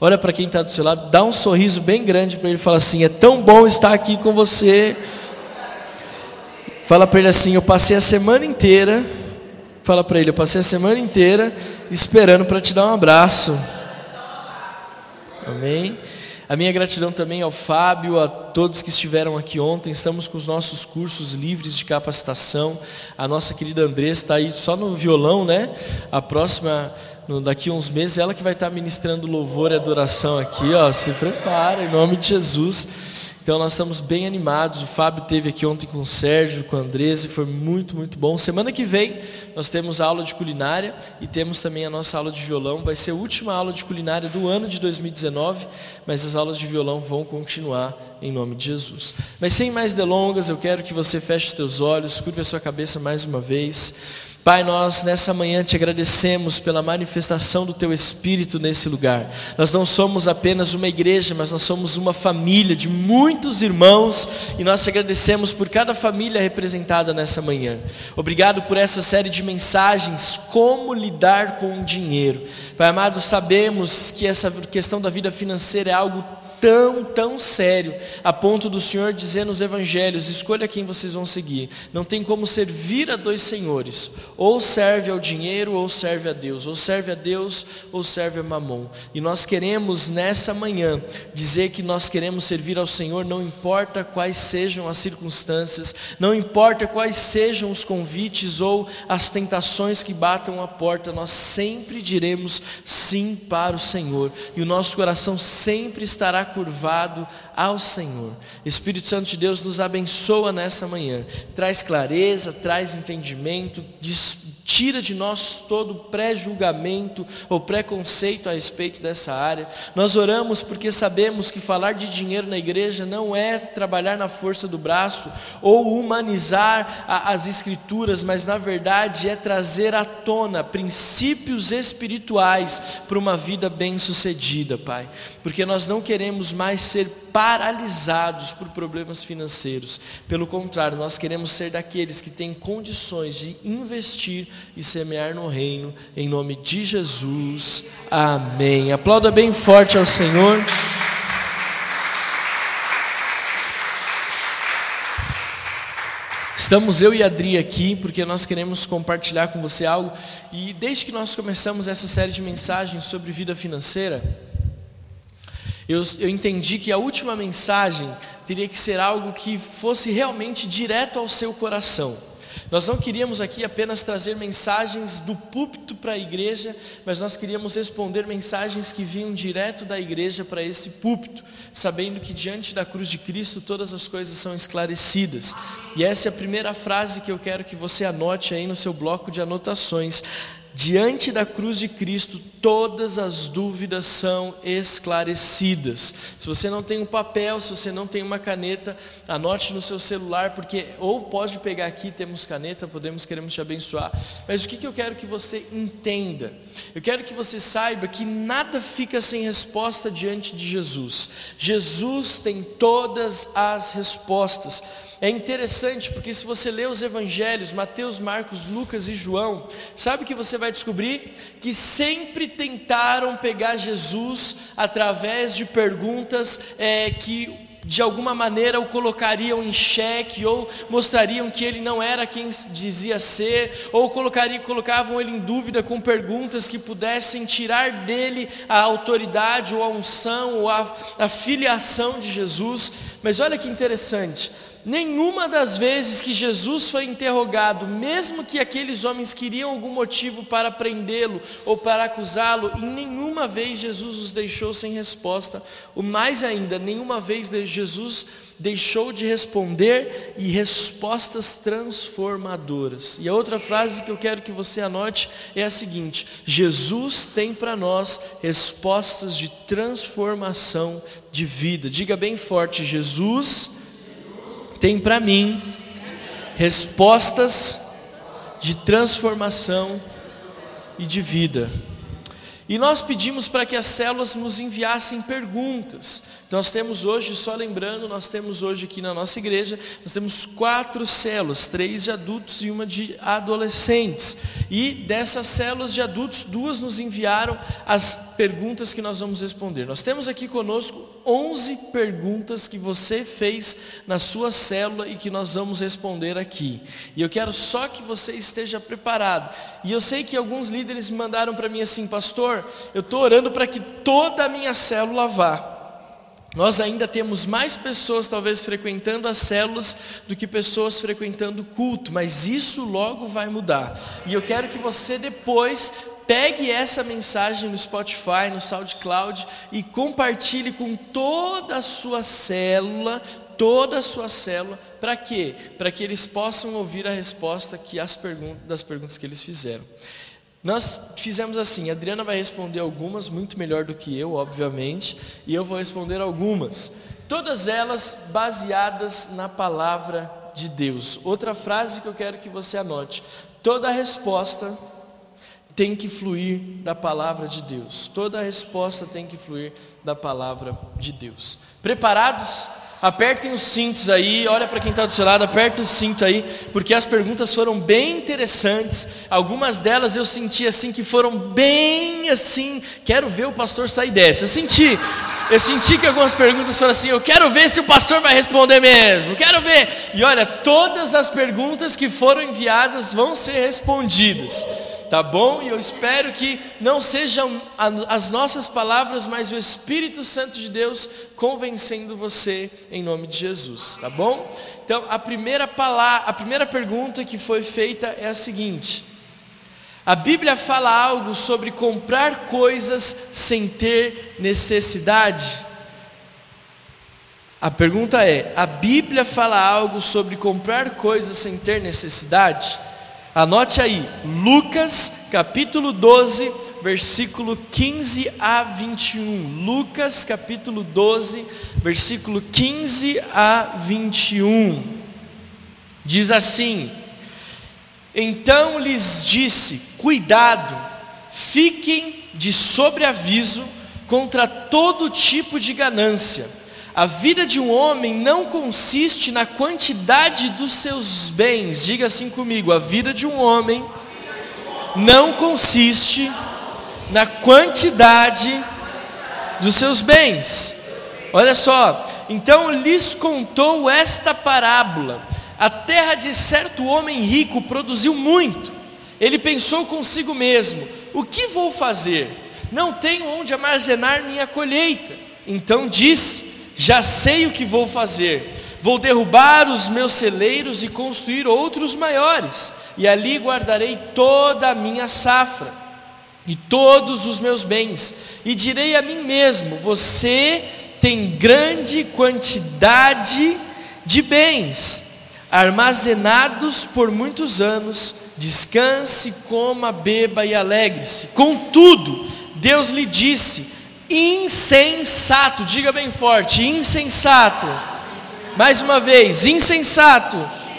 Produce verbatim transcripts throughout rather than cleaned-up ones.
Olha para quem está do seu lado, dá um sorriso bem grande para ele e fala assim: é tão bom estar aqui com você. Fala para ele assim: eu passei a semana inteira, fala para ele, eu passei a semana inteira esperando para te dar um abraço. Amém. A minha gratidão também ao Fábio, a todos que estiveram aqui ontem. Estamos com os nossos cursos livres de capacitação. A nossa querida Andressa está aí só no violão, né? A próxima, daqui a uns meses, ela que vai estar ministrando louvor e adoração aqui, ó. Se prepara, em nome de Jesus. Então nós estamos bem animados. O Fábio esteve aqui ontem com o Sérgio, com a Andressa, e foi muito, muito bom. Semana que vem nós temos a aula de culinária e temos também a nossa aula de violão. Vai ser a última aula de culinária do ano de dois mil e dezenove, mas as aulas de violão vão continuar em nome de Jesus. Mas sem mais delongas, eu quero que você feche os teus olhos, curve a sua cabeça mais uma vez. Pai, nós nessa manhã te agradecemos pela manifestação do Teu Espírito nesse lugar. Nós não somos apenas uma igreja, mas nós somos uma família de muitos irmãos, e nós te agradecemos por cada família representada nessa manhã. Obrigado por essa série de mensagens, como lidar com o dinheiro. Pai amado, sabemos que essa questão da vida financeira é algo tão, tão sério, a ponto do Senhor dizer nos evangelhos: escolha quem vocês vão seguir. Não tem como servir a dois senhores, ou serve ao dinheiro ou serve a Deus, ou serve a Deus ou serve a Mamon. E nós queremos nessa manhã dizer que nós queremos servir ao Senhor, não importa quais sejam as circunstâncias, não importa quais sejam os convites ou as tentações que batam a porta, nós sempre diremos sim para o Senhor, e o nosso coração sempre estará curvado ao Senhor. Espírito Santo de Deus, nos abençoa nessa manhã, traz clareza, traz entendimento, tira de nós todo pré-julgamento ou preconceito a respeito dessa área. Nós oramos porque sabemos que falar de dinheiro na igreja não é trabalhar na força do braço ou humanizar a, as escrituras, mas na verdade é trazer à tona princípios espirituais para uma vida bem-sucedida, Pai, porque nós não queremos mais ser paralisados por problemas financeiros. Pelo contrário, nós queremos ser daqueles que têm condições de investir e semear no reino, em nome de Jesus, amém. Aplauda bem forte ao Senhor. Estamos eu e a Adri aqui porque nós queremos compartilhar com você algo, e desde que nós começamos essa série de mensagens sobre vida financeira, Eu, eu entendi que a última mensagem teria que ser algo que fosse realmente direto ao seu coração. Nós não queríamos aqui apenas trazer mensagens do púlpito para a igreja, mas nós queríamos responder mensagens que vinham direto da igreja para esse púlpito, sabendo que diante da cruz de Cristo todas as coisas são esclarecidas. E essa é a primeira frase que eu quero que você anote aí no seu bloco de anotações. Diante da cruz de Cristo, todas as dúvidas são esclarecidas. Se você não tem um papel, se você não tem uma caneta, anote no seu celular, porque ou pode pegar aqui, temos caneta, podemos, queremos te abençoar. Mas o que, que eu quero que você entenda? Eu quero que você saiba que nada fica sem resposta diante de Jesus. Jesus tem todas as respostas. É interessante porque se você ler os evangelhos, Mateus, Marcos, Lucas e João, sabe que você vai descobrir que sempre tentaram pegar Jesus através de perguntas é, que de alguma maneira o colocariam em xeque, ou mostrariam que ele não era quem dizia ser, ou colocariam, colocavam ele em dúvida com perguntas que pudessem tirar dele a autoridade, ou a unção, ou a, a filiação de Jesus. Mas olha que interessante, nenhuma das vezes que Jesus foi interrogado, mesmo que aqueles homens queriam algum motivo para prendê-lo ou para acusá-lo, em nenhuma vez Jesus os deixou sem resposta. O mais ainda, nenhuma vez Jesus deixou de responder, e respostas transformadoras. E a outra frase que eu quero que você anote é a seguinte: Jesus tem para nós respostas de transformação de vida. Diga bem forte: Jesus tem para mim respostas de transformação e de vida. E nós pedimos para que as células nos enviassem perguntas. Nós temos hoje, só lembrando, nós temos hoje aqui na nossa igreja, nós temos quatro células, três de adultos e uma de adolescentes. E dessas células de adultos, duas nos enviaram as perguntas que nós vamos responder. Nós temos aqui conosco onze perguntas que você fez na sua célula e que nós vamos responder aqui. E eu quero só que você esteja preparado. E eu sei que alguns líderes me mandaram para mim assim: pastor, eu estou orando para que toda a minha célula vá. Nós ainda temos mais pessoas talvez frequentando as células do que pessoas frequentando o culto, mas isso logo vai mudar. E eu quero que você depois pegue essa mensagem no Spotify, no SoundCloud e compartilhe com toda a sua célula, toda a sua célula. Para quê? Para que eles possam ouvir a resposta que as perguntas, das perguntas que eles fizeram. Nós fizemos assim: a Adriana vai responder algumas, muito melhor do que eu, obviamente, e eu vou responder algumas, todas elas baseadas na palavra de Deus. Outra frase que eu quero que você anote: toda resposta tem que fluir da palavra de Deus. Toda resposta tem que fluir da palavra de Deus. Preparados? Apertem os cintos aí, olha para quem está do seu lado, aperta o cinto aí, porque as perguntas foram bem interessantes. Algumas delas eu senti assim que foram bem assim, quero ver o pastor sair dessa. Eu senti, eu senti que algumas perguntas foram assim: eu quero ver se o pastor vai responder mesmo, quero ver. E olha, todas as perguntas que foram enviadas vão ser respondidas. Tá bom? E eu espero que não sejam as nossas palavras, mas o Espírito Santo de Deus convencendo você em nome de Jesus, tá bom? Então, a primeira palavra, a primeira pergunta que foi feita é a seguinte: a Bíblia fala algo sobre comprar coisas sem ter necessidade? A pergunta é: a Bíblia fala algo sobre comprar coisas sem ter necessidade? Anote aí, Lucas capítulo doze, versículo quinze a vinte e um. Lucas capítulo doze, versículo quinze a vinte e um. Diz assim: então lhes disse: cuidado, fiquem de sobreaviso contra todo tipo de ganância. A vida de um homem não consiste na quantidade dos seus bens. Diga assim comigo: a vida de um homem não consiste na quantidade dos seus bens. Olha só, então lhes contou esta parábola: a terra de certo homem rico produziu muito. Ele pensou consigo mesmo: o que vou fazer? Não tenho onde armazenar minha colheita. Então disse: já sei o que vou fazer. Vou derrubar os meus celeiros e construir outros maiores, e ali guardarei toda a minha safra e todos os meus bens. E direi a mim mesmo: você tem grande quantidade de bens armazenados por muitos anos. Descanse, coma, beba e alegre-se. Contudo, Deus lhe disse: insensato. Diga bem forte: insensato. Mais uma vez: insensato.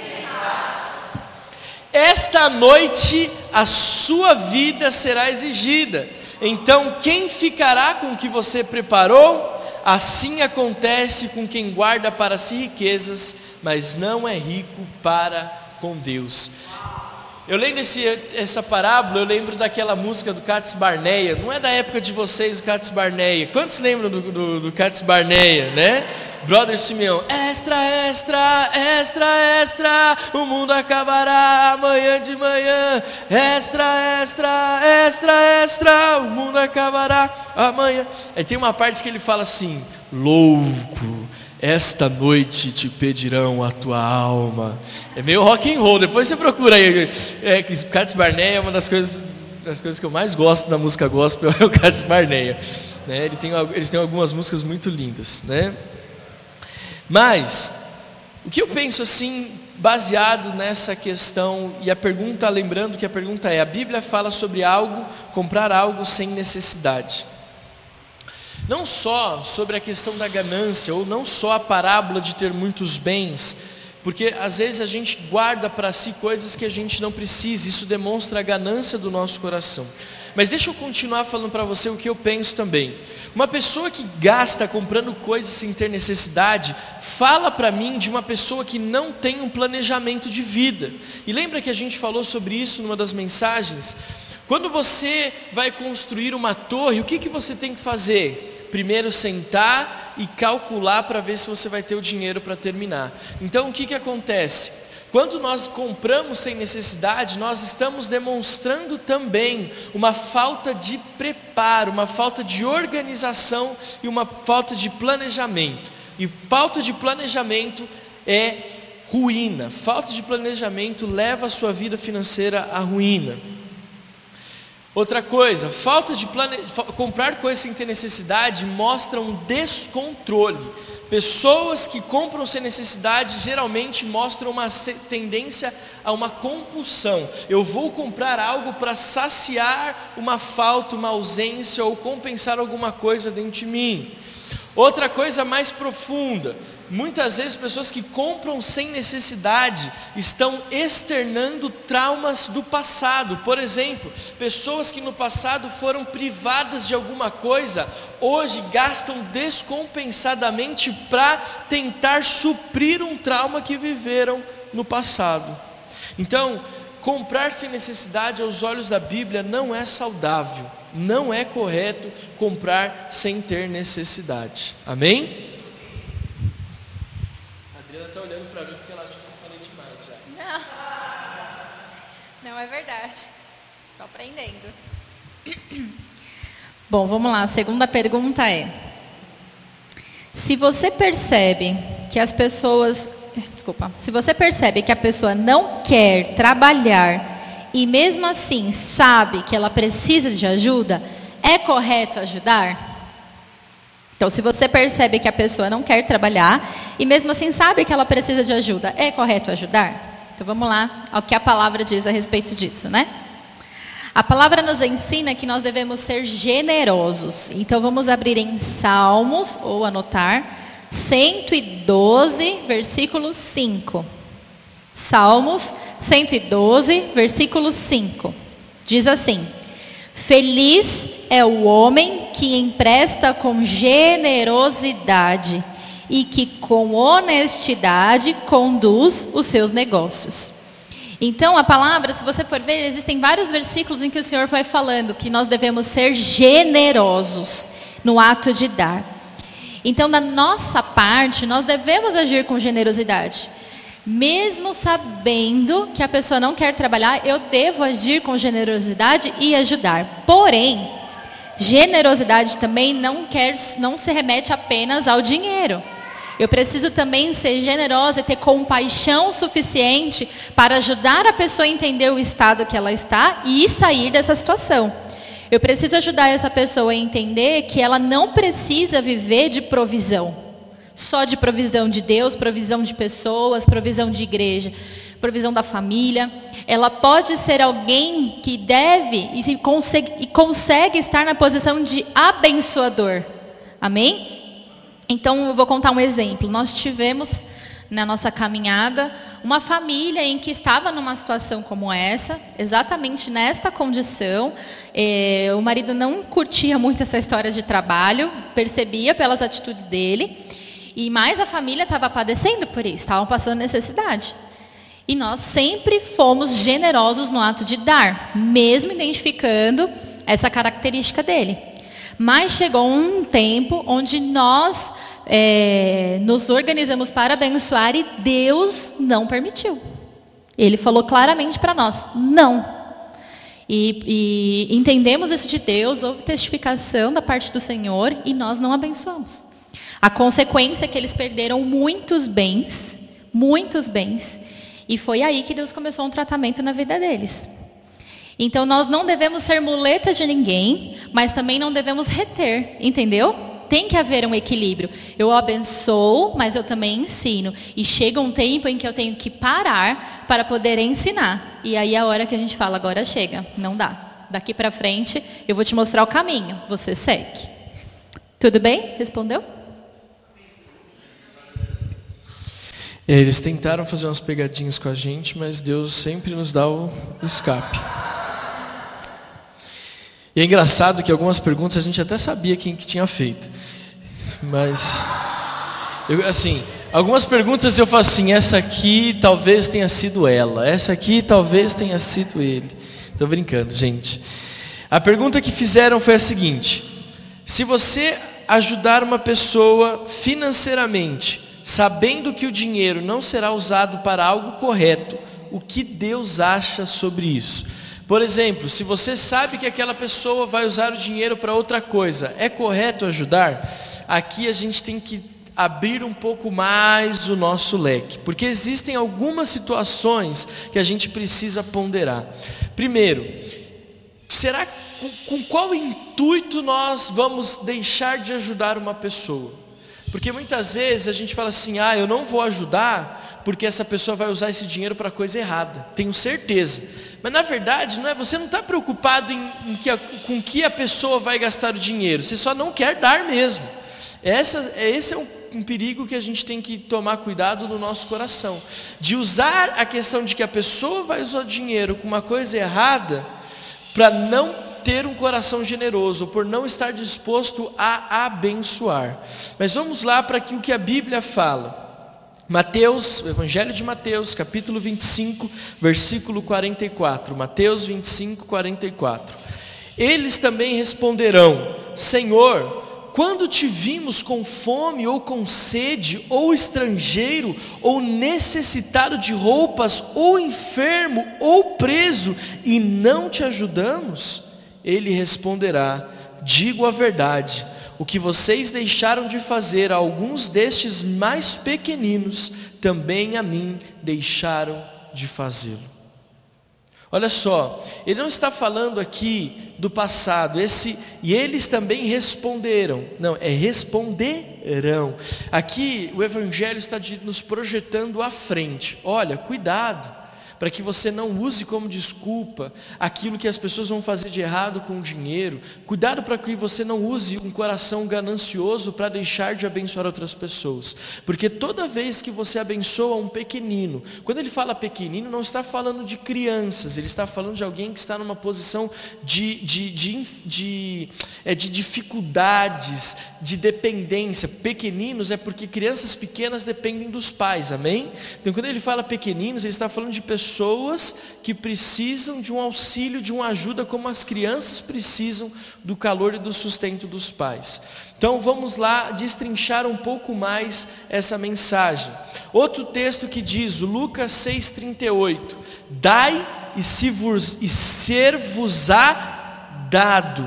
Esta noite a sua vida será exigida. Então quem ficará com o que você preparou? Assim acontece com quem guarda para si riquezas, mas não é rico para com Deus. Eu lembro esse, essa parábola, eu lembro daquela música do Cats Barneia. Não é da época de vocês o Cats Barneia. Quantos lembram do, do, do Cats Barneia, né? Brother Simeão: extra, extra, extra, extra, o mundo acabará amanhã de manhã. Extra, extra, extra, extra, o mundo acabará amanhã. Aí tem uma parte que ele fala assim: louco, esta noite te pedirão a tua alma. É meio rock and roll, depois você procura aí. É, Cats Barneia é uma das coisas, das coisas que eu mais gosto da música gospel, é o Cats Barneia, né? Ele tem, eles têm algumas músicas muito lindas, né? Mas, o que eu penso assim, baseado nessa questão, e a pergunta, lembrando que a pergunta é: a Bíblia fala sobre algo, comprar algo sem necessidade. Não só sobre a questão da ganância, ou não só a parábola de ter muitos bens, porque às vezes a gente guarda para si coisas que a gente não precisa, isso demonstra a ganância do nosso coração. Mas deixa eu continuar falando para você o que eu penso também. Uma pessoa que gasta comprando coisas sem ter necessidade, fala para mim de uma pessoa que não tem um planejamento de vida. E lembra que a gente falou sobre isso numa das mensagens? Quando você vai construir uma torre, o que, que você tem que fazer? Primeiro sentar e calcular para ver se você vai ter o dinheiro para terminar. Então o que, que acontece? Quando nós compramos sem necessidade, nós estamos demonstrando também uma falta de preparo, uma falta de organização e uma falta de planejamento. E falta de planejamento é ruína. Falta de planejamento leva a sua vida financeira à ruína. Outra coisa, falta de plane... comprar coisas sem ter necessidade mostra um descontrole. Pessoas que compram sem necessidade geralmente mostram uma tendência a uma compulsão. Eu vou comprar algo para saciar uma falta, uma ausência ou compensar alguma coisa dentro de mim. Outra coisa mais profunda, muitas vezes pessoas que compram sem necessidade estão externando traumas do passado. Por exemplo, pessoas que no passado foram privadas de alguma coisa, hoje gastam descompensadamente para tentar suprir um trauma que viveram no passado. Então, comprar sem necessidade aos olhos da Bíblia não é saudável. Não é correto comprar sem ter necessidade. Amém? A Adriana está olhando para mim porque ela acha que eu falei demais já. Não, não é verdade. Estou aprendendo. Bom, vamos lá. A segunda pergunta é: se você percebe que as pessoas, desculpa, se você percebe que a pessoa não quer trabalhar e mesmo assim sabe que ela precisa de ajuda, é correto ajudar? Então, se você percebe que a pessoa não quer trabalhar e mesmo assim sabe que ela precisa de ajuda, é correto ajudar? Então, vamos lá ao que a palavra diz a respeito disso, né? A palavra nos ensina que nós devemos ser generosos. Então, vamos abrir em Salmos, ou anotar, cento e doze, versículo cinco. Salmos cento e doze, versículo cinco. Diz assim: feliz é o homem que empresta com generosidade e que com honestidade conduz os seus negócios. Então a palavra, se você for ver, existem vários versículos em que o Senhor vai falando que nós devemos ser generosos no ato de dar. Então da nossa parte, nós devemos agir com generosidade. Mesmo sabendo que a pessoa não quer trabalhar, eu devo agir com generosidade e ajudar. Porém, generosidade também não, quer, não se remete apenas ao dinheiro. Eu preciso também ser generosa e ter compaixão suficiente para ajudar a pessoa a entender o estado que ela está e sair dessa situação. Eu preciso ajudar essa pessoa a entender que ela não precisa viver de provisão. Só de provisão de Deus, provisão de pessoas, provisão de igreja, provisão da família. Ela pode ser alguém que deve e consegue, e consegue estar na posição de abençoador. Amém? Então eu vou contar um exemplo. Nós tivemos na nossa caminhada uma família em que estava numa situação como essa, exatamente nesta condição. Eh, o marido não curtia muito essa história de trabalho, percebia pelas atitudes dele. E mais a família estava padecendo por isso, estavam passando necessidade. E nós sempre fomos generosos no ato de dar, mesmo identificando essa característica dele. Mas chegou um tempo onde nós é, nos organizamos para abençoar e Deus não permitiu. Ele falou claramente para nós, não. E, e entendemos isso de Deus, houve testificação da parte do Senhor e nós não abençoamos. A consequência é que eles perderam muitos bens, muitos bens, e foi aí que Deus começou um tratamento na vida deles. Então nós não devemos ser muleta de ninguém, mas também não devemos reter, entendeu? Tem que haver um equilíbrio. Eu abençoo, mas eu também ensino. E chega um tempo em que eu tenho que parar para poder ensinar. E aí é a hora que a gente fala, agora chega, não dá. Daqui para frente eu vou te mostrar o caminho, você segue. Tudo bem? Respondeu? Eles tentaram fazer umas pegadinhas com a gente, mas Deus sempre nos dá o escape. E é engraçado que algumas perguntas a gente até sabia quem que tinha feito. Mas, eu, assim, algumas perguntas eu falo assim, essa aqui talvez tenha sido ela, essa aqui talvez tenha sido ele. Estou brincando, gente. A pergunta que fizeram foi a seguinte: se você ajudar uma pessoa financeiramente, sabendo que o dinheiro não será usado para algo correto, o que Deus acha sobre isso? Por exemplo, se você sabe que aquela pessoa vai usar o dinheiro para outra coisa, é correto ajudar? Aqui a gente tem que abrir um pouco mais o nosso leque, porque existem algumas situações que a gente precisa ponderar. Primeiro, será com, com qual intuito nós vamos deixar de ajudar uma pessoa? Porque muitas vezes a gente fala assim, ah, eu não vou ajudar porque essa pessoa vai usar esse dinheiro para coisa errada, tenho certeza. Mas na verdade, não é, você não está preocupado em, em que a, com que a pessoa vai gastar o dinheiro, você só não quer dar mesmo. Essa, esse é um, um perigo que a gente tem que tomar cuidado no nosso coração, de usar a questão de que a pessoa vai usar o dinheiro com uma coisa errada, para não ter um coração generoso, por não estar disposto a abençoar. Mas vamos lá para o que a Bíblia fala. Mateus, o Evangelho de Mateus, capítulo vinte e cinco, versículo quarenta e quatro. Mateus vinte e cinco, quarenta e quatro. Eles também responderão: Senhor, quando te vimos com fome ou com sede, ou estrangeiro, ou necessitado de roupas, ou enfermo, ou preso, e não te ajudamos? Ele responderá: digo a verdade, o que vocês deixaram de fazer a alguns destes mais pequeninos, também a mim deixaram de fazê-lo. Olha só, ele não está falando aqui do passado, esse, e eles também responderam, não, é responderão. Aqui o Evangelho está nos projetando à frente. Olha, cuidado, para que você não use como desculpa aquilo que as pessoas vão fazer de errado com o dinheiro. Cuidado para que você não use um coração ganancioso para deixar de abençoar outras pessoas. Porque toda vez que você abençoa um pequenino, quando ele fala pequenino, não está falando de crianças, ele está falando de alguém que está numa posição de, de, de, de, é, de dificuldades, de dependência. Pequeninos é porque crianças pequenas dependem dos pais, amém? Então quando ele fala pequeninos, ele está falando de pessoas pessoas que precisam de um auxílio, de uma ajuda, como as crianças precisam do calor e do sustento dos pais. Então vamos lá destrinchar um pouco mais essa mensagem. Outro texto que diz, Lucas seis, trinta e oito: dai e, se vos, e ser-vos-á dado,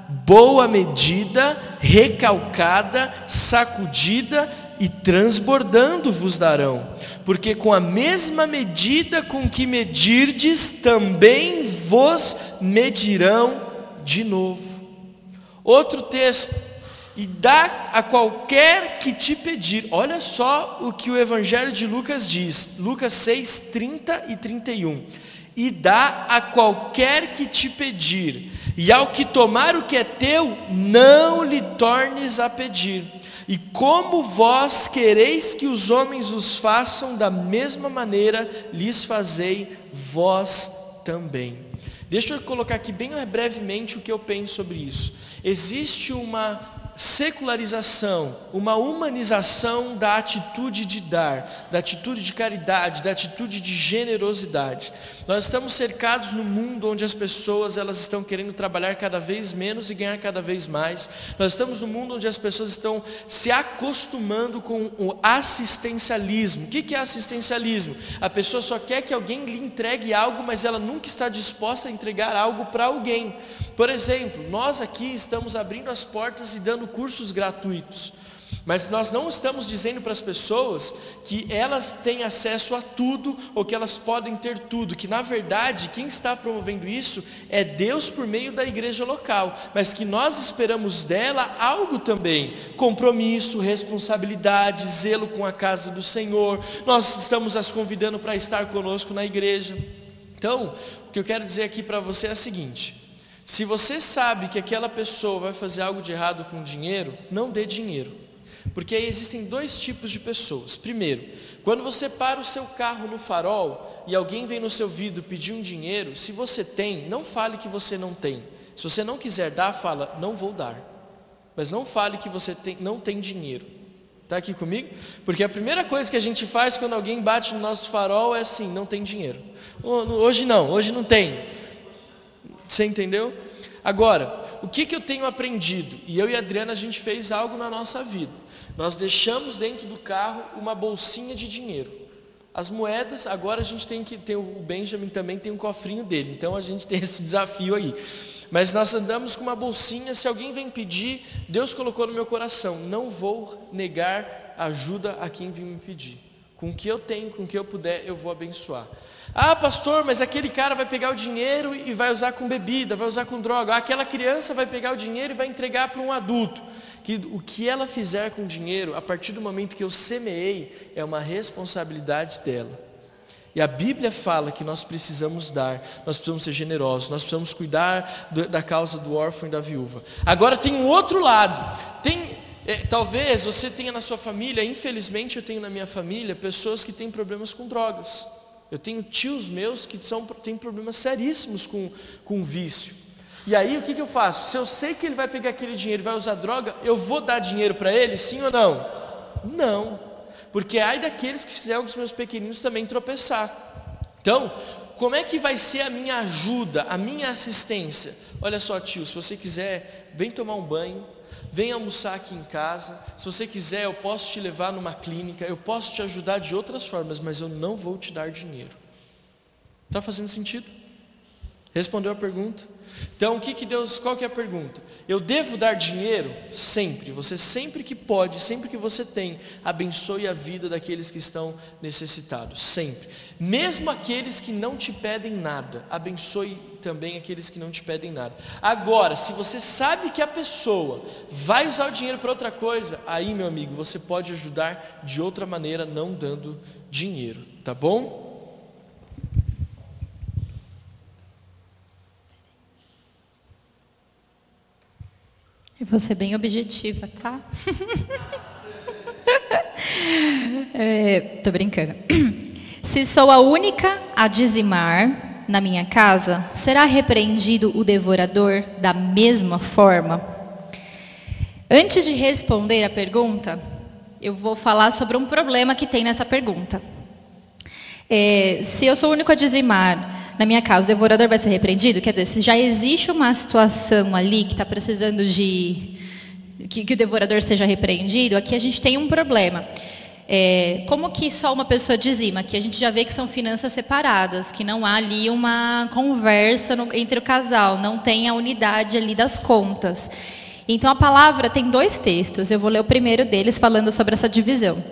boa medida, recalcada, sacudida e transbordando vos darão, porque com a mesma medida com que medirdes, também vos medirão de novo. Outro texto: e dá a qualquer que te pedir. Olha só o que o Evangelho de Lucas diz, Lucas seis, trinta e trinta e um: e dá a qualquer que te pedir, e ao que tomar o que é teu, não lhe tornes a pedir. E como vós quereis que os homens os façam, da mesma maneira lhes fazei vós também. Deixa eu colocar aqui bem brevemente o que eu penso sobre isso. Existe uma secularização, uma humanização da atitude de dar, da atitude de caridade, da atitude de generosidade. Nós estamos cercados no mundo onde as pessoas elas estão querendo trabalhar cada vez menos e ganhar cada vez mais. Nós estamos no mundo onde as pessoas estão se acostumando com o assistencialismo. O que é assistencialismo? A pessoa só quer que alguém lhe entregue algo, mas ela nunca está disposta a entregar algo para alguém. Por exemplo, nós aqui estamos abrindo as portas e dando cursos gratuitos, mas nós não estamos dizendo para as pessoas que elas têm acesso a tudo ou que elas podem ter tudo, que na verdade quem está promovendo isso é Deus por meio da igreja local, mas que nós esperamos dela algo também: compromisso, responsabilidade, zelo com a casa do Senhor. Nós estamos as convidando para estar conosco na igreja. Então, o que eu quero dizer aqui para você é o seguinte: se você sabe que aquela pessoa vai fazer algo de errado com dinheiro, não dê dinheiro. Porque aí existem dois tipos de pessoas. Primeiro, quando você para o seu carro no farol e alguém vem no seu vidro pedir um dinheiro, se você tem, não fale que você não tem. Se você não quiser dar, fala, não vou dar. Mas não fale que você tem, não tem dinheiro. Está aqui comigo? Porque a primeira coisa que a gente faz quando alguém bate no nosso farol é assim, não tem dinheiro. Hoje não, hoje não tem. Você entendeu? Agora, o que, que eu tenho aprendido? E eu e a Adriana, a gente fez algo na nossa vida. Nós deixamos dentro do carro uma bolsinha de dinheiro. As moedas, agora a gente tem que ter, o Benjamin também tem um cofrinho dele, então a gente tem esse desafio aí. Mas nós andamos com uma bolsinha, se alguém vem pedir, Deus colocou no meu coração, não vou negar ajuda a quem vem me pedir. Com o que eu tenho, com o que eu puder, eu vou abençoar. Ah, pastor, mas aquele cara vai pegar o dinheiro e vai usar com bebida, vai usar com droga. Ah, aquela criança vai pegar o dinheiro e vai entregar para um adulto. Que o que ela fizer com o dinheiro, a partir do momento que eu semeei, é uma responsabilidade dela. E a Bíblia fala que nós precisamos dar, nós precisamos ser generosos, nós precisamos cuidar do, da causa do órfão e da viúva. Agora tem um outro lado, tem, é, talvez você tenha na sua família, infelizmente eu tenho na minha família, pessoas que têm problemas com drogas. Eu tenho tios meus que são, têm problemas seríssimos com, com vício. E aí o que, que eu faço? Se eu sei que ele vai pegar aquele dinheiro e vai usar droga, eu vou dar dinheiro para ele, sim ou não? Não, porque ai daqueles que fizeram os meus pequeninos também tropeçar. Então, como é que vai ser a minha ajuda, a minha assistência? Olha só, tio, se você quiser, vem tomar um banho, vem almoçar aqui em casa. Se você quiser, eu posso te levar numa clínica, eu posso te ajudar de outras formas, mas eu não vou te dar dinheiro. Está fazendo sentido? Respondeu a pergunta? Então, o que que Deus, qual que é a pergunta? Eu devo dar dinheiro? Sempre. Você sempre que pode, sempre que você tem, abençoe a vida daqueles que estão necessitados. Sempre. Mesmo aqueles que não te pedem nada, abençoe também aqueles que não te pedem nada. Agora, se você sabe que a pessoa vai usar o dinheiro para outra coisa, aí, meu amigo, você pode ajudar de outra maneira, não dando dinheiro. Tá bom? Eu vou ser bem objetiva, tá? é, tô brincando. Se sou a única a dizimar na minha casa, será repreendido o devorador da mesma forma? Antes de responder a pergunta, eu vou falar sobre um problema que tem nessa pergunta. É, se eu sou o único a dizimar na minha casa, o devorador vai ser repreendido? Quer dizer, se já existe uma situação ali que está precisando de que, que o devorador seja repreendido, aqui a gente tem um problema. É, como que só uma pessoa dizima? Aqui a gente já vê que são finanças separadas, que não há ali uma conversa no, entre o casal, não tem a unidade ali das contas. Então a palavra tem dois textos, eu vou ler o primeiro deles falando sobre essa divisão.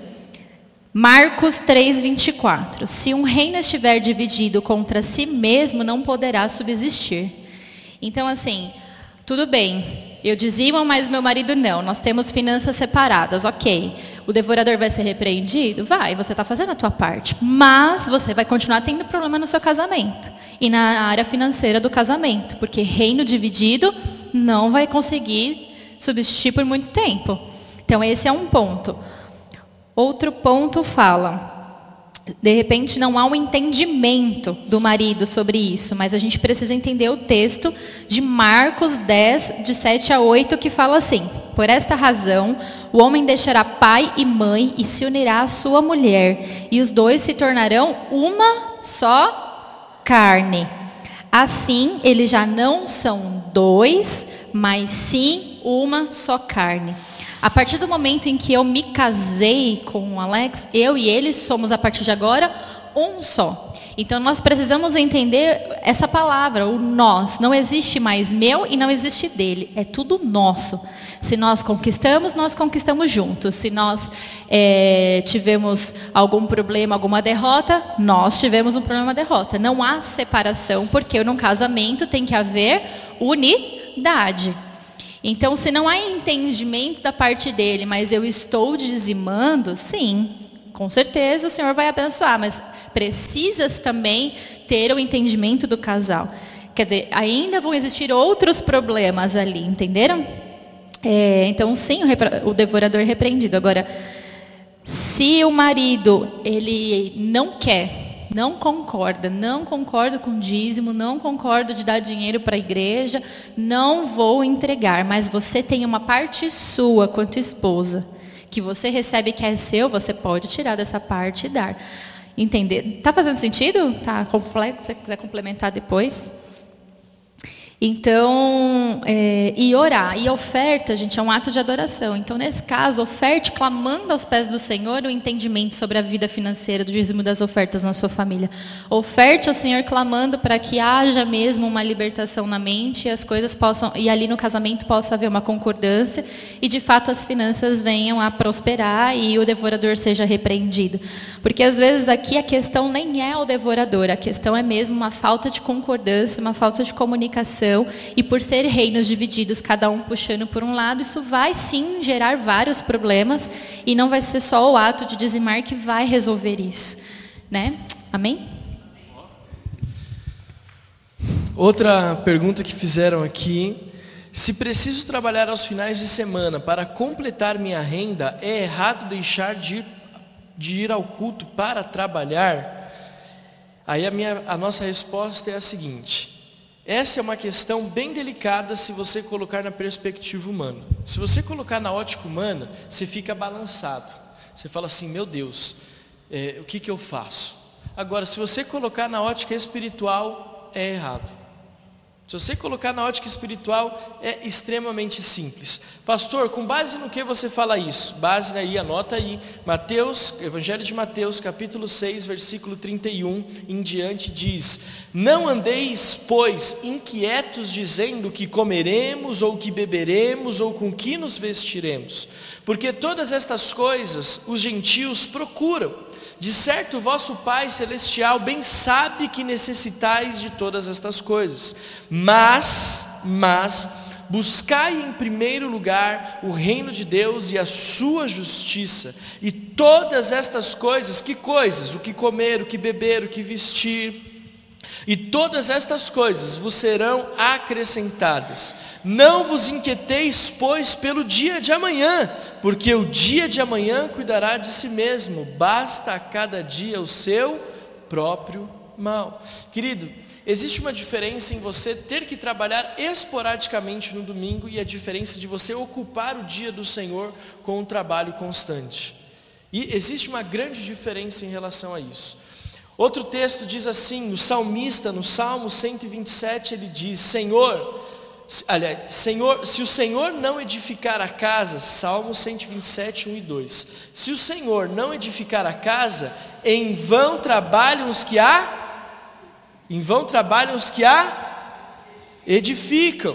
Marcos três, vinte e quatro. Se um reino estiver dividido contra si mesmo, não poderá subsistir. Então, assim, tudo bem, eu dizimo, mas meu marido não. Nós temos finanças separadas, ok. O devorador vai ser repreendido? Vai, você está fazendo a tua parte. Mas você vai continuar tendo problema no seu casamento. E na área financeira do casamento. Porque reino dividido não vai conseguir subsistir por muito tempo. Então, esse é um ponto. Outro ponto fala, de repente não há um entendimento do marido sobre isso, mas a gente precisa entender o texto de Marcos dez, de sete a oito, que fala assim: por esta razão, o homem deixará pai e mãe e se unirá à sua mulher, e os dois se tornarão uma só carne. Assim, eles já não são dois, mas sim uma só carne. A partir do momento em que eu me casei com o Alex, eu e ele somos, a partir de agora, um só. Então, nós precisamos entender essa palavra, o nós. Não existe mais meu e não existe dele. É tudo nosso. Se nós conquistamos, nós conquistamos juntos. Se nós é, tivemos algum problema, alguma derrota, nós tivemos um problema, uma derrota. Não há separação, porque no casamento tem que haver unidade. Então, se não há entendimento da parte dele, mas eu estou dizimando, sim, com certeza o Senhor vai abençoar, mas precisa também ter o entendimento do casal. Quer dizer, ainda vão existir outros problemas ali, entenderam? É, então, sim, o, repra- o devorador é repreendido. Agora, se o marido ele não quer, não concorda, não concordo com dízimo, não concordo de dar dinheiro para a igreja, não vou entregar, mas você tem uma parte sua quanto esposa, que você recebe que é seu, você pode tirar dessa parte e dar. Entender? Tá fazendo sentido? Tá complexo? Se você quiser complementar depois. Então, é, e orar, e oferta, gente, é um ato de adoração. Então, nesse caso, oferte clamando aos pés do Senhor o entendimento sobre a vida financeira, do dízimo das ofertas na sua família. Oferte ao Senhor clamando para que haja mesmo uma libertação na mente e as coisas possam, e ali no casamento possa haver uma concordância e de fato as finanças venham a prosperar e o devorador seja repreendido. Porque às vezes aqui a questão nem é o devorador, a questão é mesmo uma falta de concordância, uma falta de comunicação. E por ser reinos divididos, cada um puxando por um lado, isso vai sim gerar vários problemas e não vai ser só o ato de dizimar que vai resolver isso, né? Amém? Outra pergunta que fizeram aqui: se preciso trabalhar aos finais de semana para completar minha renda, é errado deixar de ir, de ir ao culto para trabalhar? Aí a, minha, a nossa resposta é a seguinte: essa é uma questão bem delicada se você colocar na perspectiva humana. Se você colocar na ótica humana, você fica balançado. Você fala assim, meu Deus, é, o que, que eu faço? Agora, se você colocar na ótica espiritual, é errado. Se você colocar na ótica espiritual, é extremamente simples. Pastor, com base no que você fala isso? Base aí, anota aí. Mateus, Evangelho de Mateus, capítulo seis, versículo trinta e um em diante, diz: não andeis, pois, inquietos, dizendo que comeremos, ou que beberemos, ou com que nos vestiremos. Porque todas estas coisas os gentios procuram. De certo, vosso Pai Celestial bem sabe que necessitais de todas estas coisas. Mas, mas, buscai em primeiro lugar o reino de Deus e a sua justiça. E todas estas coisas, que coisas? O que comer, o que beber, o que vestir. E todas estas coisas vos serão acrescentadas. Não vos inquieteis, pois, pelo dia de amanhã, porque o dia de amanhã cuidará de si mesmo. Basta a cada dia o seu próprio mal. Querido, existe uma diferença em você ter que trabalhar esporadicamente no domingo e a diferença de você ocupar o dia do Senhor com um trabalho constante. E existe uma grande diferença em relação a isso. Outro texto diz assim, o salmista no Salmo cento e vinte e sete, ele diz: Senhor, aliás, Senhor, se o Senhor não edificar a casa, Salmo cento e vinte e sete, um e dois, se o Senhor não edificar a casa, em vão trabalham os que a, em vão trabalham os que a edificam.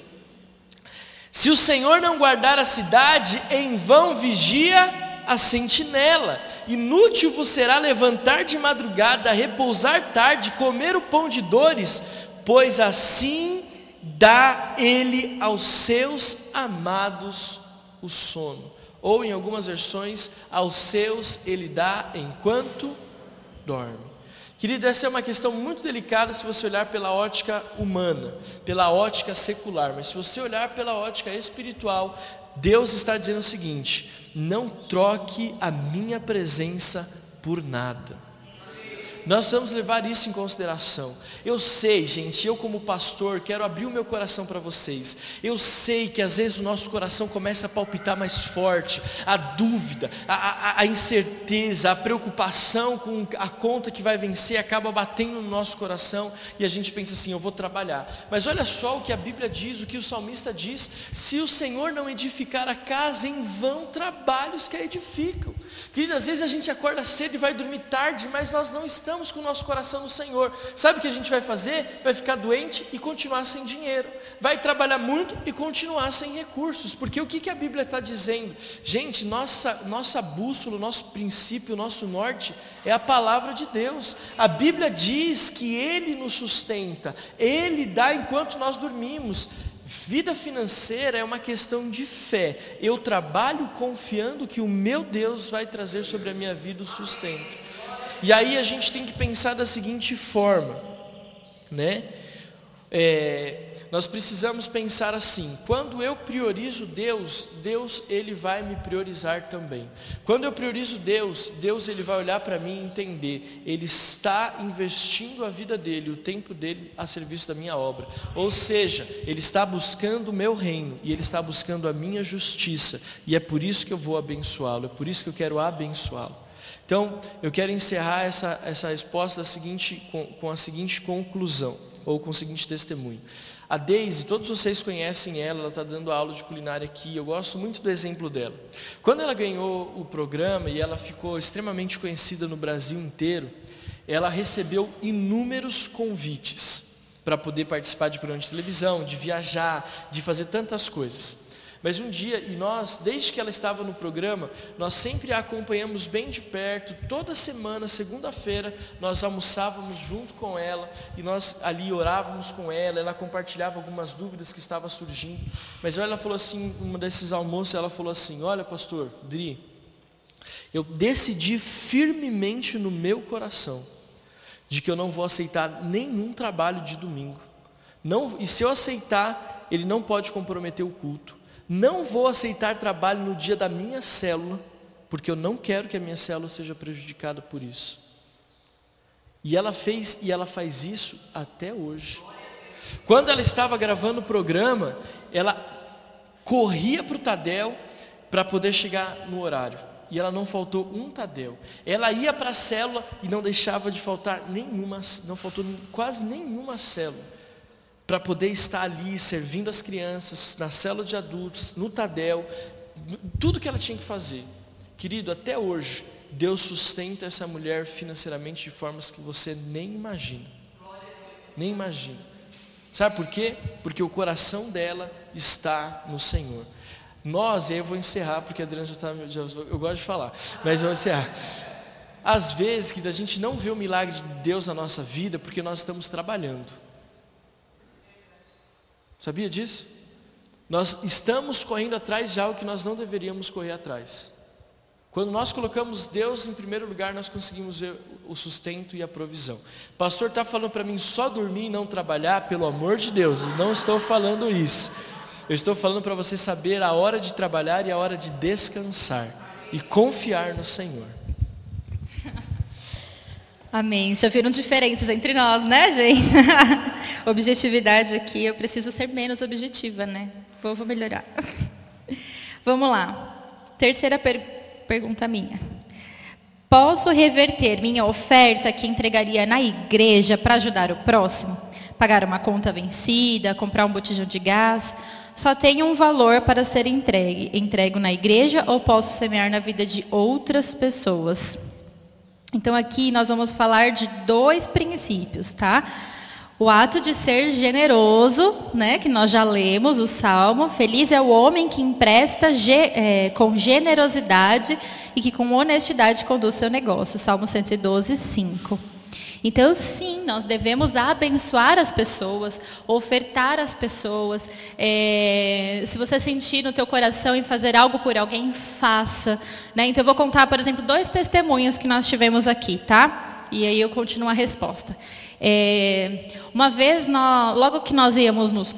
Se o Senhor não guardar a cidade, em vão vigia a sentinela. Inútil vos será levantar de madrugada, repousar tarde, comer o pão de dores, pois assim dá ele aos seus amados o sono. Ou em algumas versões, aos seus ele dá enquanto dorme. Querido, essa é uma questão muito delicada se você olhar pela ótica humana, pela ótica secular, mas se você olhar pela ótica espiritual, Deus está dizendo o seguinte: não troque a minha presença por nada. Nós vamos levar isso em consideração. Eu sei, gente, eu como pastor quero abrir o meu coração para vocês. Eu sei que às vezes o nosso coração começa a palpitar mais forte. A dúvida, a, a, a incerteza, a preocupação com a conta que vai vencer acaba batendo no nosso coração e a gente pensa assim, eu vou trabalhar. Mas olha só o que a Bíblia diz, o que o salmista diz: se o Senhor não edificar a casa, em vão trabalham os que a edificam. Querido, às vezes a gente acorda cedo e vai dormir tarde, mas nós não estamos com o nosso coração no Senhor. Sabe o que a gente vai fazer? Vai ficar doente e continuar sem dinheiro. Vai trabalhar muito e continuar sem recursos. Porque o que, que a Bíblia está dizendo? Gente, nossa, nossa bússola, nosso princípio, nosso norte é a palavra de Deus. A Bíblia diz que Ele nos sustenta, Ele dá enquanto nós dormimos. Vida financeira é uma questão de fé. Eu trabalho confiando que o meu Deus vai trazer sobre a minha vida o sustento. E aí a gente tem que pensar da seguinte forma, né? É, nós precisamos pensar assim: quando eu priorizo Deus, Deus ele vai me priorizar também. Quando eu priorizo Deus, Deus ele vai olhar para mim e entender, ele está investindo a vida dele, o tempo dele a serviço da minha obra. Ou seja, ele está buscando o meu reino e ele está buscando a minha justiça, e é por isso que eu vou abençoá-lo, é por isso que eu quero abençoá-lo. Então, eu quero encerrar essa, essa resposta da seguinte, com, com a seguinte conclusão, ou com o seguinte testemunho. A Deise, todos vocês conhecem ela, ela está dando aula de culinária aqui, eu gosto muito do exemplo dela. Quando ela ganhou o programa e ela ficou extremamente conhecida no Brasil inteiro, ela recebeu inúmeros convites para poder participar de programas de televisão, de viajar, de fazer tantas coisas. Mas um dia, e nós, desde que ela estava no programa, nós sempre a acompanhamos bem de perto. Toda semana, segunda-feira, nós almoçávamos junto com ela, e nós ali orávamos com ela, ela compartilhava algumas dúvidas que estavam surgindo. Mas ela falou assim, num desses almoços, ela falou assim: olha, pastor Dri, eu decidi firmemente no meu coração, de que eu não vou aceitar nenhum trabalho de domingo. Não, e se eu aceitar, ele não pode comprometer o culto. Não vou aceitar trabalho no dia da minha célula, porque eu não quero que a minha célula seja prejudicada por isso. E ela fez, e ela faz isso até hoje. Quando ela estava gravando o programa, ela corria para o Tadel para poder chegar no horário. E ela não faltou um Tadel. Ela ia para a célula e não deixava de faltar nenhuma, não faltou quase nenhuma célula, para poder estar ali servindo as crianças, na célula de adultos, no Tadel, tudo que ela tinha que fazer. Querido, até hoje, Deus sustenta essa mulher financeiramente de formas que você nem imagina. Nem imagina. Sabe por quê? Porque o coração dela está no Senhor. Nós, e aí eu vou encerrar, porque a Adriana já está, já, eu gosto de falar, mas eu vou encerrar. Às vezes, que a gente não vê o milagre de Deus na nossa vida, porque nós estamos trabalhando. Sabia disso? Nós estamos correndo atrás de algo que nós não deveríamos correr atrás. Quando nós colocamos Deus em primeiro lugar, nós conseguimos ver o sustento e a provisão. O pastor está falando para mim só dormir e não trabalhar, pelo amor de Deus, eu não estou falando isso. Eu estou falando para você saber a hora de trabalhar e a hora de descansar e confiar no Senhor. Amém. Já viram diferenças entre nós, né, gente? Objetividade aqui, eu preciso ser menos objetiva, né? Vou, vou melhorar. Vamos lá. Terceira per- pergunta minha. Posso reverter minha oferta que entregaria na igreja para ajudar o próximo? Pagar uma conta vencida, comprar um botijão de gás? Só tenho um valor para ser entregue. Entrego na igreja ou posso semear na vida de outras pessoas? Então aqui nós vamos falar de dois princípios, tá? O ato de ser generoso, né, que nós já lemos o Salmo. Feliz é o homem que empresta ge, é, com generosidade e que com honestidade conduz seu negócio. Salmo cento e doze, cinco. Então, sim, nós devemos abençoar as pessoas, ofertar às pessoas. É, se você sentir no teu coração em fazer algo por alguém, faça. Né? Então, eu vou contar, por exemplo, dois testemunhos que nós tivemos aqui, tá? E aí eu continuo a resposta. É, uma vez, nós, logo que nós íamos nos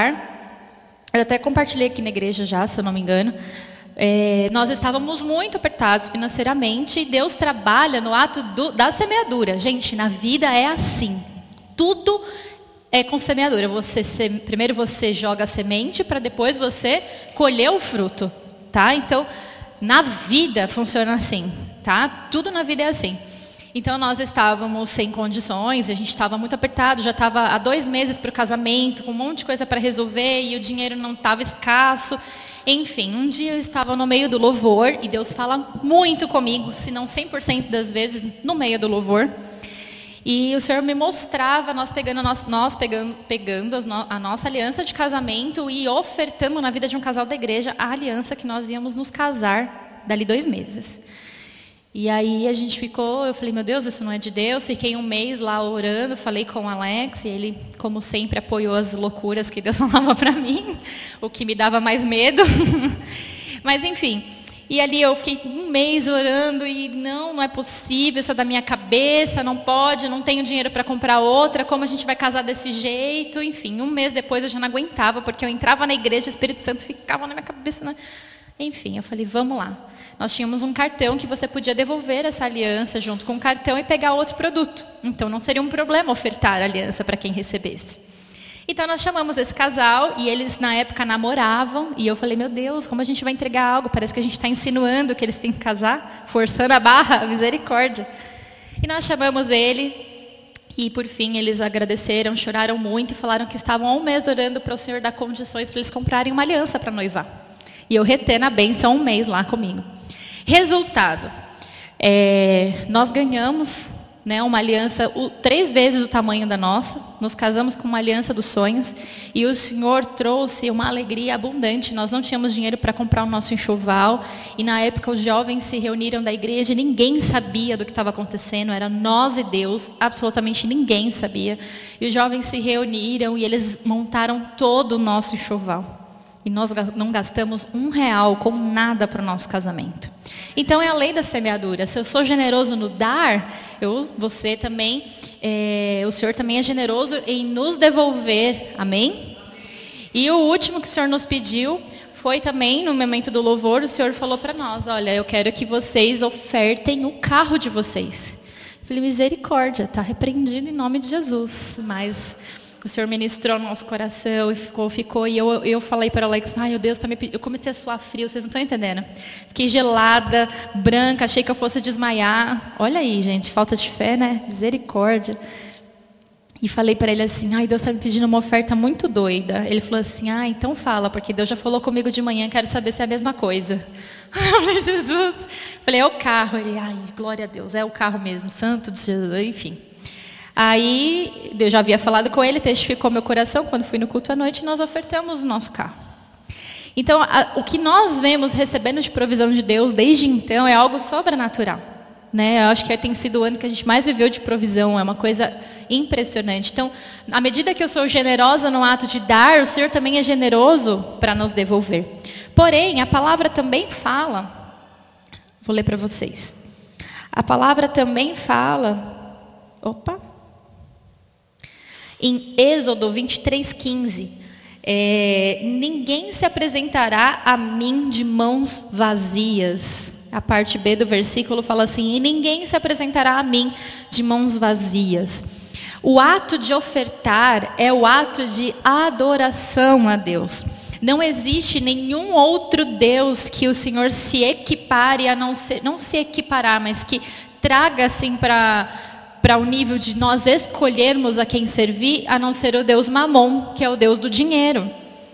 casar, eu até compartilhei aqui na igreja já, se eu não me engano, É, nós estávamos muito apertados financeiramente e Deus trabalha no ato do, da semeadura. Gente, na vida é assim. Tudo é com semeadura. Você, se, primeiro você joga a semente para depois você colher o fruto. Tá? Então, na vida funciona assim. Tá? Tudo na vida é assim. Então, nós estávamos sem condições, a gente estava muito apertado, já estava há dois meses para o casamento, com um monte de coisa para resolver e o dinheiro não estava escasso. Enfim, um dia eu estava no meio do louvor e Deus fala muito comigo, se não cem por cento das vezes, no meio do louvor. E o Senhor me mostrava, nós pegando, nós, nós pegando, pegando as no, a nossa aliança de casamento e ofertando na vida de um casal da igreja a aliança que nós íamos nos casar dali dois meses. E aí a gente ficou, eu falei, meu Deus, isso não é de Deus. Fiquei um mês lá orando, falei com o Alex, e ele, como sempre, apoiou as loucuras que Deus falava para mim, o que me dava mais medo. Mas enfim, E ali eu fiquei um mês orando e não, não é possível, isso é da minha cabeça, não pode, não tenho dinheiro para comprar outra, como a gente vai casar desse jeito? Enfim, um mês depois eu já não aguentava, porque eu entrava na igreja, o Espírito Santo ficava na minha cabeça. Né? Enfim, eu falei, vamos lá. Nós tínhamos um cartão que você podia devolver essa aliança junto com o cartão e pegar outro produto. Então não seria um problema ofertar a aliança para quem recebesse. Então nós chamamos esse casal e eles na época namoravam e eu falei, meu Deus, como a gente vai entregar algo? Parece que a gente está insinuando que eles têm que casar, forçando a barra, misericórdia. E nós chamamos ele e por fim eles agradeceram, choraram muito e falaram que estavam há um mês orando para o Senhor dar condições para eles comprarem uma aliança para noivar. E eu retendo a bênção um mês lá comigo. Resultado, é, nós ganhamos... Né, uma aliança o, três vezes o tamanho da nossa, nos casamos com uma aliança dos sonhos, e o Senhor trouxe uma alegria abundante. Nós não tínhamos dinheiro para comprar o nosso enxoval, e na época os jovens se reuniram da igreja, e ninguém sabia do que estava acontecendo, era nós e Deus, absolutamente ninguém sabia, e os jovens se reuniram, e eles montaram todo o nosso enxoval, e nós não gastamos um real com nada para o nosso casamento. Então é a lei da semeadura. Se eu sou generoso no dar, eu, você também, é, o Senhor também é generoso em nos devolver. Amém? E o último que o Senhor nos pediu foi também no momento do louvor, o Senhor falou para nós, olha, eu quero que vocês ofertem o carro de vocês. Eu falei, misericórdia, está repreendido em nome de Jesus. Mas o Senhor ministrou no nosso coração e ficou, ficou. E eu, eu falei para o Alex, ai meu Deus, tá me pedindo. Eu comecei a suar frio, vocês não estão entendendo. Fiquei gelada, branca, achei que eu fosse desmaiar. Olha aí, gente, falta de fé, né? Misericórdia. E falei para ele assim, ai, Deus está me pedindo uma oferta muito doida. Ele falou assim, ah, então fala, porque Deus já falou comigo de manhã, quero saber se é a mesma coisa. Eu falei, Jesus. Falei, é o carro. Ele, ai, glória a Deus, é o carro mesmo, santo de Jesus, enfim. Aí, Deus já havia falado com ele, testificou meu coração, quando fui no culto à noite, nós ofertamos o nosso carro. Então, a, o que nós vemos recebendo de provisão de Deus desde então é algo sobrenatural. Né? Eu acho que tem sido o ano que a gente mais viveu de provisão, é uma coisa impressionante. Então, à medida que eu sou generosa no ato de dar, o Senhor também é generoso para nos devolver. Porém, a palavra também fala, vou ler para vocês. A palavra também fala, opa, em Êxodo vinte e três, quinze, é, ninguém se apresentará a mim de mãos vazias. A parte B do versículo fala assim, e ninguém se apresentará a mim de mãos vazias. O ato de ofertar é o ato de adoração a Deus. Não existe nenhum outro Deus que o Senhor se equipare, a não, ser, não se equiparar, mas que traga assim para... para o nível de nós escolhermos a quem servir, a não ser o Deus Mamon, que é o Deus do dinheiro.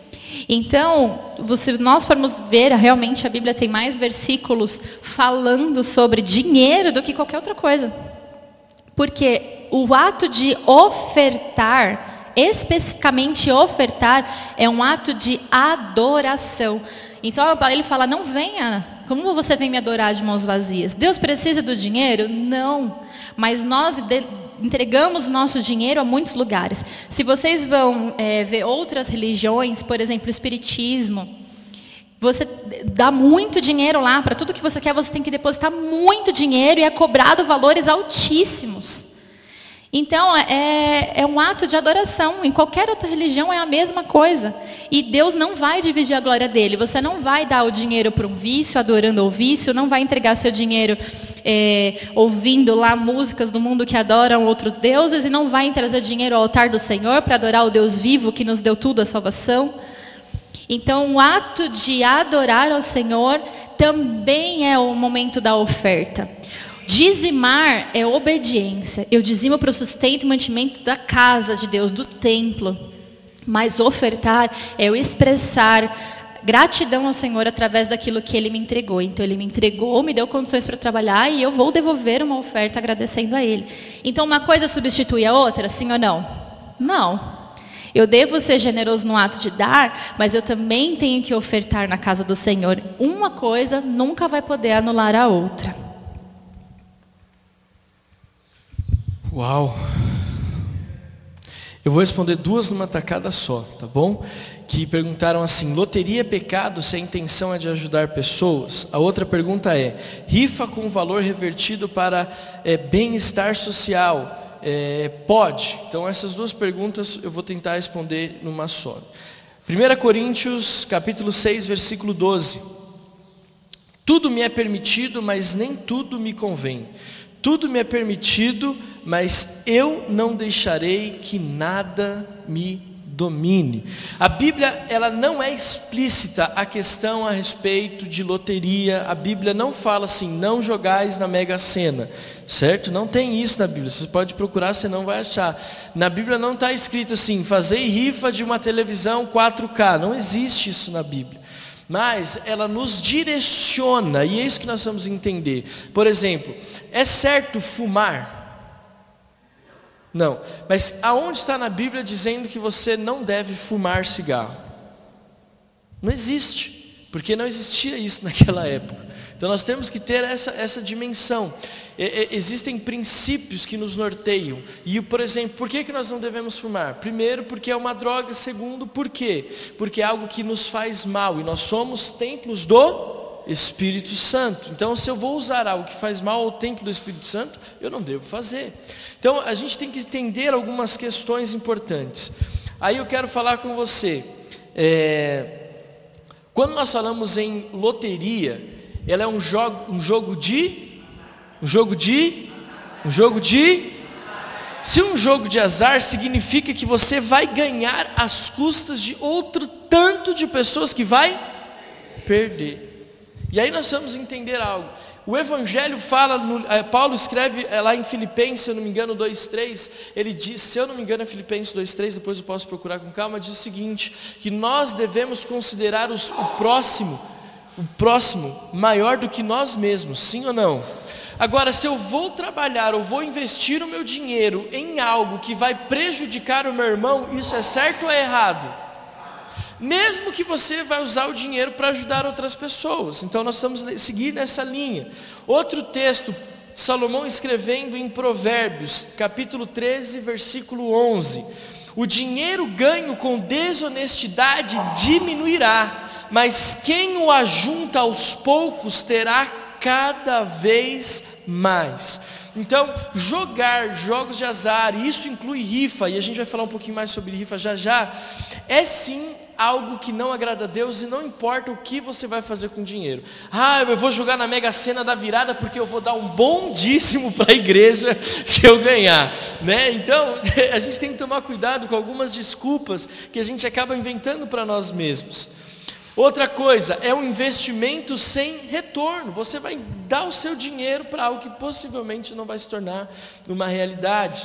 Então, se nós formos ver, realmente a Bíblia tem mais versículos falando sobre dinheiro do que qualquer outra coisa. Porque o ato de ofertar, especificamente ofertar, é um ato de adoração. Então, ele fala, não venha, como você vem me adorar de mãos vazias? Deus precisa do dinheiro? Não. Mas nós de, entregamos o nosso dinheiro a muitos lugares. Se vocês vão é, ver outras religiões, por exemplo, o espiritismo, você dá muito dinheiro lá, para tudo que você quer, você tem que depositar muito dinheiro e é cobrado valores altíssimos. Então, é, é um ato de adoração. Em qualquer outra religião é a mesma coisa. E Deus não vai dividir a glória dele. Você não vai dar o dinheiro para um vício, adorando ao vício. Não vai entregar seu dinheiro é, ouvindo lá músicas do mundo que adoram outros deuses. E não vai trazer dinheiro ao altar do Senhor para adorar o Deus vivo que nos deu tudo, a salvação. Então, o ato de adorar ao Senhor também é o momento da oferta. Dizimar é obediência. Eu dizimo para o sustento e mantimento da casa de Deus, do templo. Mas ofertar é eu expressar gratidão ao Senhor através daquilo que Ele me entregou. Então Ele me entregou, me deu condições para trabalhar e eu vou devolver uma oferta agradecendo a Ele. Então uma coisa substitui a outra, sim ou não? Não. Eu devo ser generoso no ato de dar, mas eu também tenho que ofertar na casa do Senhor. Uma coisa nunca vai poder anular a outra. Uau! Eu vou responder duas numa tacada só, tá bom? Que perguntaram assim: loteria é pecado se a intenção é de ajudar pessoas? A outra pergunta é: rifa com valor revertido para é, bem-estar social, é, pode? Então essas duas perguntas eu vou tentar responder numa só. primeira Coríntios capítulo seis, versículo doze. Tudo me é permitido, mas nem tudo me convém. Tudo me é permitido, mas eu não deixarei que nada me domine. A Bíblia, ela não é explícita a questão a respeito de loteria. A Bíblia não fala assim: não jogais na Mega Sena, certo? Não tem isso na Bíblia. Você pode procurar, você não vai achar. Na Bíblia não está escrito assim: fazei rifa de uma televisão quatro K. Não existe isso na Bíblia. Mas ela nos direciona, e é isso que nós vamos entender. Por exemplo, é certo fumar? Não. Mas aonde está na Bíblia dizendo que você não deve fumar cigarro? Não existe, porque não existia isso naquela época. Então nós temos que ter essa, essa dimensão. E, e, existem princípios que nos norteiam. E, por exemplo, por que, que nós não devemos fumar? Primeiro, porque é uma droga. Segundo, por quê? Porque é algo que nos faz mal. E nós somos templos do Espírito Santo. Então, se eu vou usar algo que faz mal ao templo do Espírito Santo, eu não devo fazer. Então, a gente tem que entender algumas questões importantes. Aí eu quero falar com você. É, quando nós falamos em loteria, ela é um jogo, um jogo de... Um jogo de... Um jogo de... Se um jogo de azar, significa que você vai ganhar às custas de outro tanto de pessoas que vai perder. E aí nós vamos entender algo. O Evangelho fala, no, Paulo escreve lá em Filipenses, se eu não me engano, dois, três, ele diz, se eu não me engano é Filipenses dois, três, depois eu posso procurar com calma, diz o seguinte, que nós devemos considerar os, o próximo, o próximo maior do que nós mesmos, sim ou não? Agora, se eu vou trabalhar ou vou investir o meu dinheiro em algo que vai prejudicar o meu irmão, isso é certo ou é errado? Mesmo que você vai usar o dinheiro para ajudar outras pessoas. Então nós vamos seguir nessa linha. Outro texto, Salomão escrevendo em Provérbios, capítulo treze, versículo onze. O dinheiro ganho com desonestidade diminuirá, mas quem o ajunta aos poucos terá cada vez mais. Então, jogar jogos de azar, e isso inclui rifa, e a gente vai falar um pouquinho mais sobre rifa já já, é sim algo que não agrada a Deus, e não importa o que você vai fazer com o dinheiro. Ah, eu vou jogar na Mega Sena da virada porque eu vou dar um bom dízimo para a igreja se eu ganhar, né? Então, a gente tem que tomar cuidado com algumas desculpas que a gente acaba inventando para nós mesmos. Outra coisa, é um investimento sem retorno. Você vai dar o seu dinheiro para algo que possivelmente não vai se tornar uma realidade.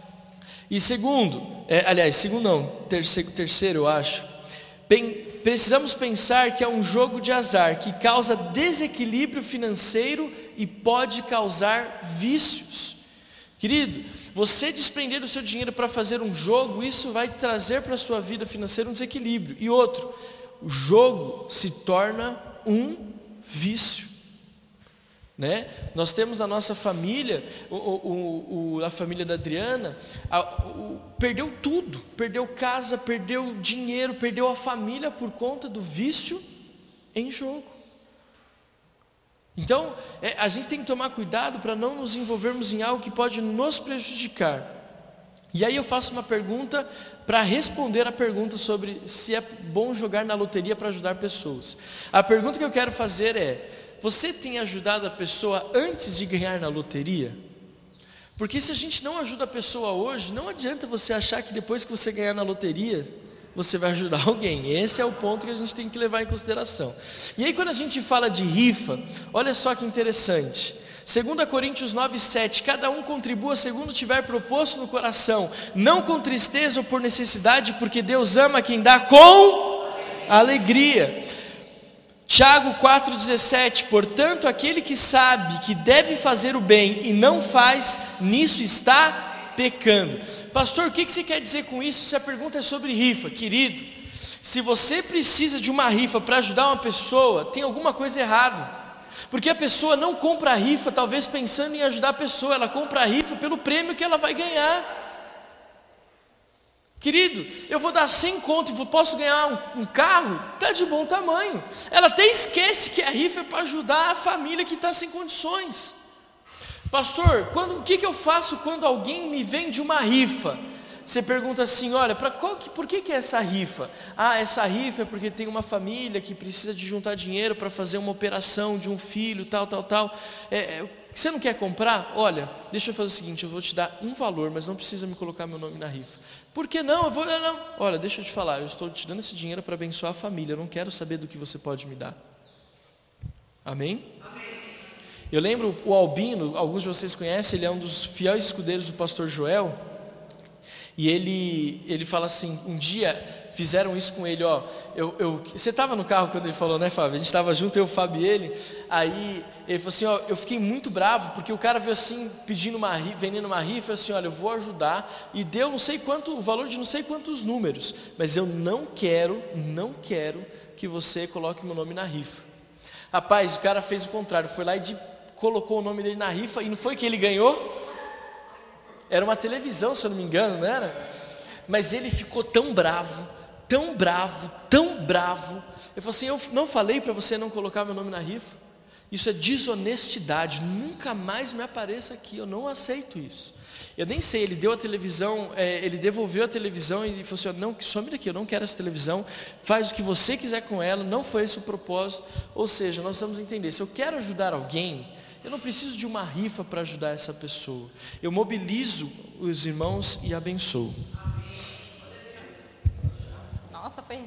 E segundo, é, aliás, segundo não, terceiro, terceiro eu acho, bem, precisamos pensar que é um jogo de azar que causa desequilíbrio financeiro e pode causar vícios. Querido, você desprender do seu dinheiro para fazer um jogo, isso vai trazer para a sua vida financeira um desequilíbrio. E outro, o jogo se torna um vício, né? Nós temos na nossa família, o, o, o, a família da Adriana, a, o, perdeu tudo, perdeu casa, perdeu dinheiro, perdeu a família por conta do vício em jogo. Então, é, a gente tem que tomar cuidado para não nos envolvermos em algo que pode nos prejudicar. E aí eu faço uma pergunta para responder a pergunta sobre se é bom jogar na loteria para ajudar pessoas. A pergunta que eu quero fazer é: você tem ajudado a pessoa antes de ganhar na loteria? Porque se a gente não ajuda a pessoa hoje, não adianta você achar que depois que você ganhar na loteria, você vai ajudar alguém. Esse é o ponto que a gente tem que levar em consideração. E aí quando a gente fala de rifa, olha só que interessante. Segunda Coríntios nove, sete, cada um contribua segundo tiver proposto no coração, não com tristeza ou por necessidade, porque Deus ama quem dá com alegria. Tiago quatro, dezessete, portanto aquele que sabe que deve fazer o bem e não faz, nisso está pecando. Pastor, o que você quer dizer com isso se a pergunta é sobre rifa? Querido, se você precisa de uma rifa para ajudar uma pessoa, tem alguma coisa errada. Porque a pessoa não compra a rifa talvez pensando em ajudar a pessoa, ela compra a rifa pelo prêmio que ela vai ganhar. Querido, eu vou dar cem conto e posso ganhar um, um carro? Está de bom tamanho. Ela até esquece que a rifa é para ajudar a família que está sem condições. Pastor, quando, o que, que eu faço quando alguém me vende uma rifa? Você pergunta assim, olha, pra qual que, por que, que é essa rifa? Ah, essa rifa é porque tem uma família que precisa de juntar dinheiro para fazer uma operação de um filho, tal, tal, tal. É, é, você não quer comprar? Olha, deixa eu fazer o seguinte, eu vou te dar um valor, mas não precisa me colocar meu nome na rifa. Por que não? Eu vou, não. Olha, deixa eu te falar, eu estou te dando esse dinheiro para abençoar a família, eu não quero saber do que você pode me dar. Amém? Amém. Eu lembro o Albino, alguns de vocês conhecem, ele é um dos fiéis escudeiros do pastor Joel. E ele, ele fala assim, um dia fizeram isso com ele, ó, eu, eu, você estava no carro quando ele falou, né, Fábio? A gente estava junto, eu, o Fábio e ele, aí ele falou assim, ó, eu fiquei muito bravo, porque o cara veio assim, pedindo uma rifa, vendendo uma rifa, assim, olha, eu vou ajudar, e deu não sei quanto, o valor de não sei quantos números, mas eu não quero, não quero que você coloque meu nome na rifa. Rapaz, o cara fez o contrário, foi lá e de, colocou o nome dele na rifa, e não foi que ele ganhou? Era uma televisão, se eu não me engano, não era? Mas ele ficou tão bravo, tão bravo, tão bravo. Ele falou assim, eu não falei para você não colocar meu nome na rifa? Isso é desonestidade, nunca mais me apareça aqui, eu não aceito isso. Eu nem sei, ele deu a televisão, é, ele devolveu a televisão e falou assim, não, some daqui, eu não quero essa televisão, faz o que você quiser com ela, não foi esse o propósito. Ou seja, nós vamos entender, se eu quero ajudar alguém, eu não preciso de uma rifa para ajudar essa pessoa. Eu mobilizo os irmãos e abençoo. Nossa, foi...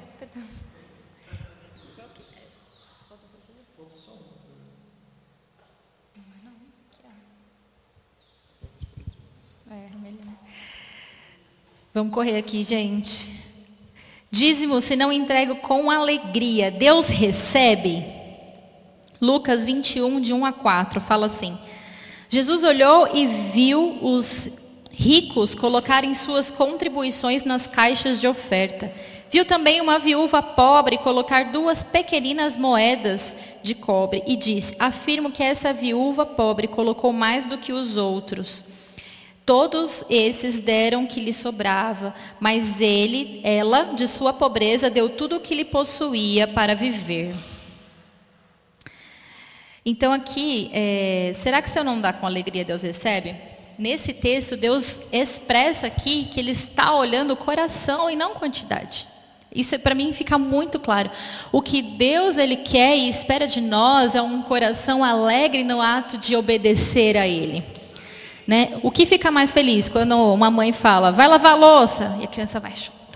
É, melhor. Vamos correr aqui, gente. Dízimo, se não entrego com alegria, Deus recebe? Lucas vinte e um, de um a quatro, fala assim. Jesus olhou e viu os ricos colocarem suas contribuições nas caixas de oferta. Viu também uma viúva pobre colocar duas pequeninas moedas de cobre e disse, afirmo que essa viúva pobre colocou mais do que os outros. Todos esses deram o que lhe sobrava, mas ele, ela, de sua pobreza, deu tudo o que lhe possuía para viver. Então aqui, é, será que se eu não dar com alegria, Deus recebe? Nesse texto, Deus expressa aqui que Ele está olhando o coração e não quantidade. Isso para mim fica muito claro. O que Deus Ele quer e espera de nós é um coração alegre no ato de obedecer a Ele. Né? O que fica mais feliz quando uma mãe fala, vai lavar a louça, e a criança vai,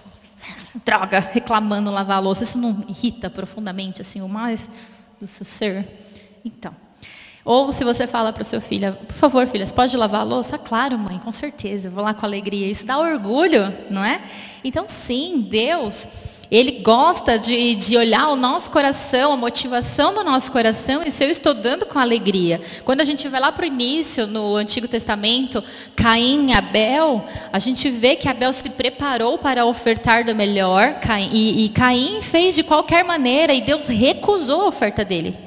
droga, reclamando lavar a louça. Isso não irrita profundamente assim, o mais do seu ser? Então, ou se você fala para o seu filho, por favor, filha, você pode lavar a louça? Claro, mãe, com certeza, eu vou lá com alegria. Isso dá orgulho, não é? Então, sim, Deus, Ele gosta de, de olhar o nosso coração, a motivação do nosso coração, e se eu estou dando com alegria. Quando a gente vai lá para o início, no Antigo Testamento, Caim e Abel, a gente vê que Abel se preparou para ofertar do melhor, Caim, e, e Caim fez de qualquer maneira, e Deus recusou a oferta dele.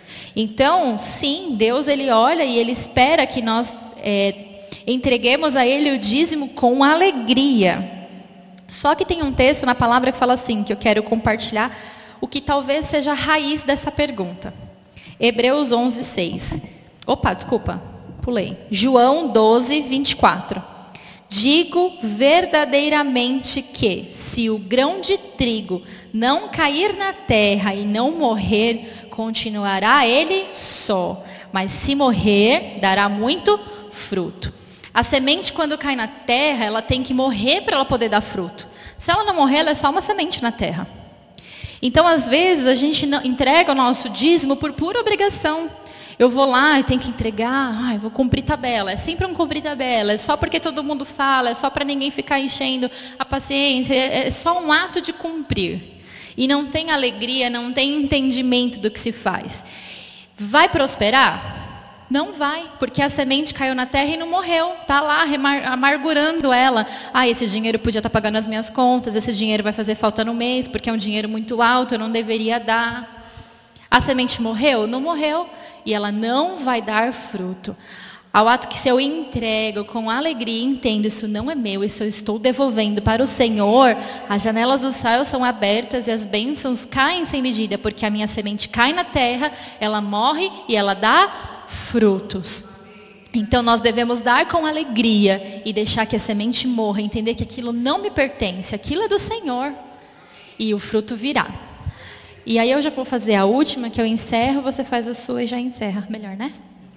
Então, sim, Deus Ele olha e Ele espera que nós é, entreguemos a Ele o dízimo com alegria. Só que tem um texto na palavra que fala assim, que eu quero compartilhar, o que talvez seja a raiz dessa pergunta. Hebreus onze, seis. Opa, desculpa, pulei. João doze, vinte e quatro. Digo verdadeiramente que, se o grão de trigo não cair na terra e não morrer, continuará ele só, mas se morrer, dará muito fruto. A semente, quando cai na terra, ela tem que morrer para ela poder dar fruto. Se ela não morrer, ela é só uma semente na terra. Então, às vezes, a gente não entrega o nosso dízimo por pura obrigação. Eu vou lá e tenho que entregar, ah, eu vou cumprir tabela. É sempre um cumprir tabela, é só porque todo mundo fala, é só para ninguém ficar enchendo a paciência, é só um ato de cumprir. E não tem alegria, não tem entendimento do que se faz. Vai prosperar? Não vai, porque a semente caiu na terra e não morreu. Está lá amargurando ela. Ah, esse dinheiro podia estar pagando as minhas contas, esse dinheiro vai fazer falta no mês, porque é um dinheiro muito alto, eu não deveria dar. A semente morreu? Não morreu. E ela não vai dar fruto. ao ato que se eu entrego com alegria e entendo, isso não é meu, isso eu estou devolvendo para o Senhor, as janelas do céu são abertas e as bênçãos caem sem medida, porque a minha semente cai na terra, ela morre e ela dá frutos. Então nós devemos dar com alegria e deixar que a semente morra, entender que aquilo não me pertence, aquilo é do Senhor e o fruto virá. E aí eu já vou fazer a última, que eu encerro, você faz a sua e já encerra, melhor, né?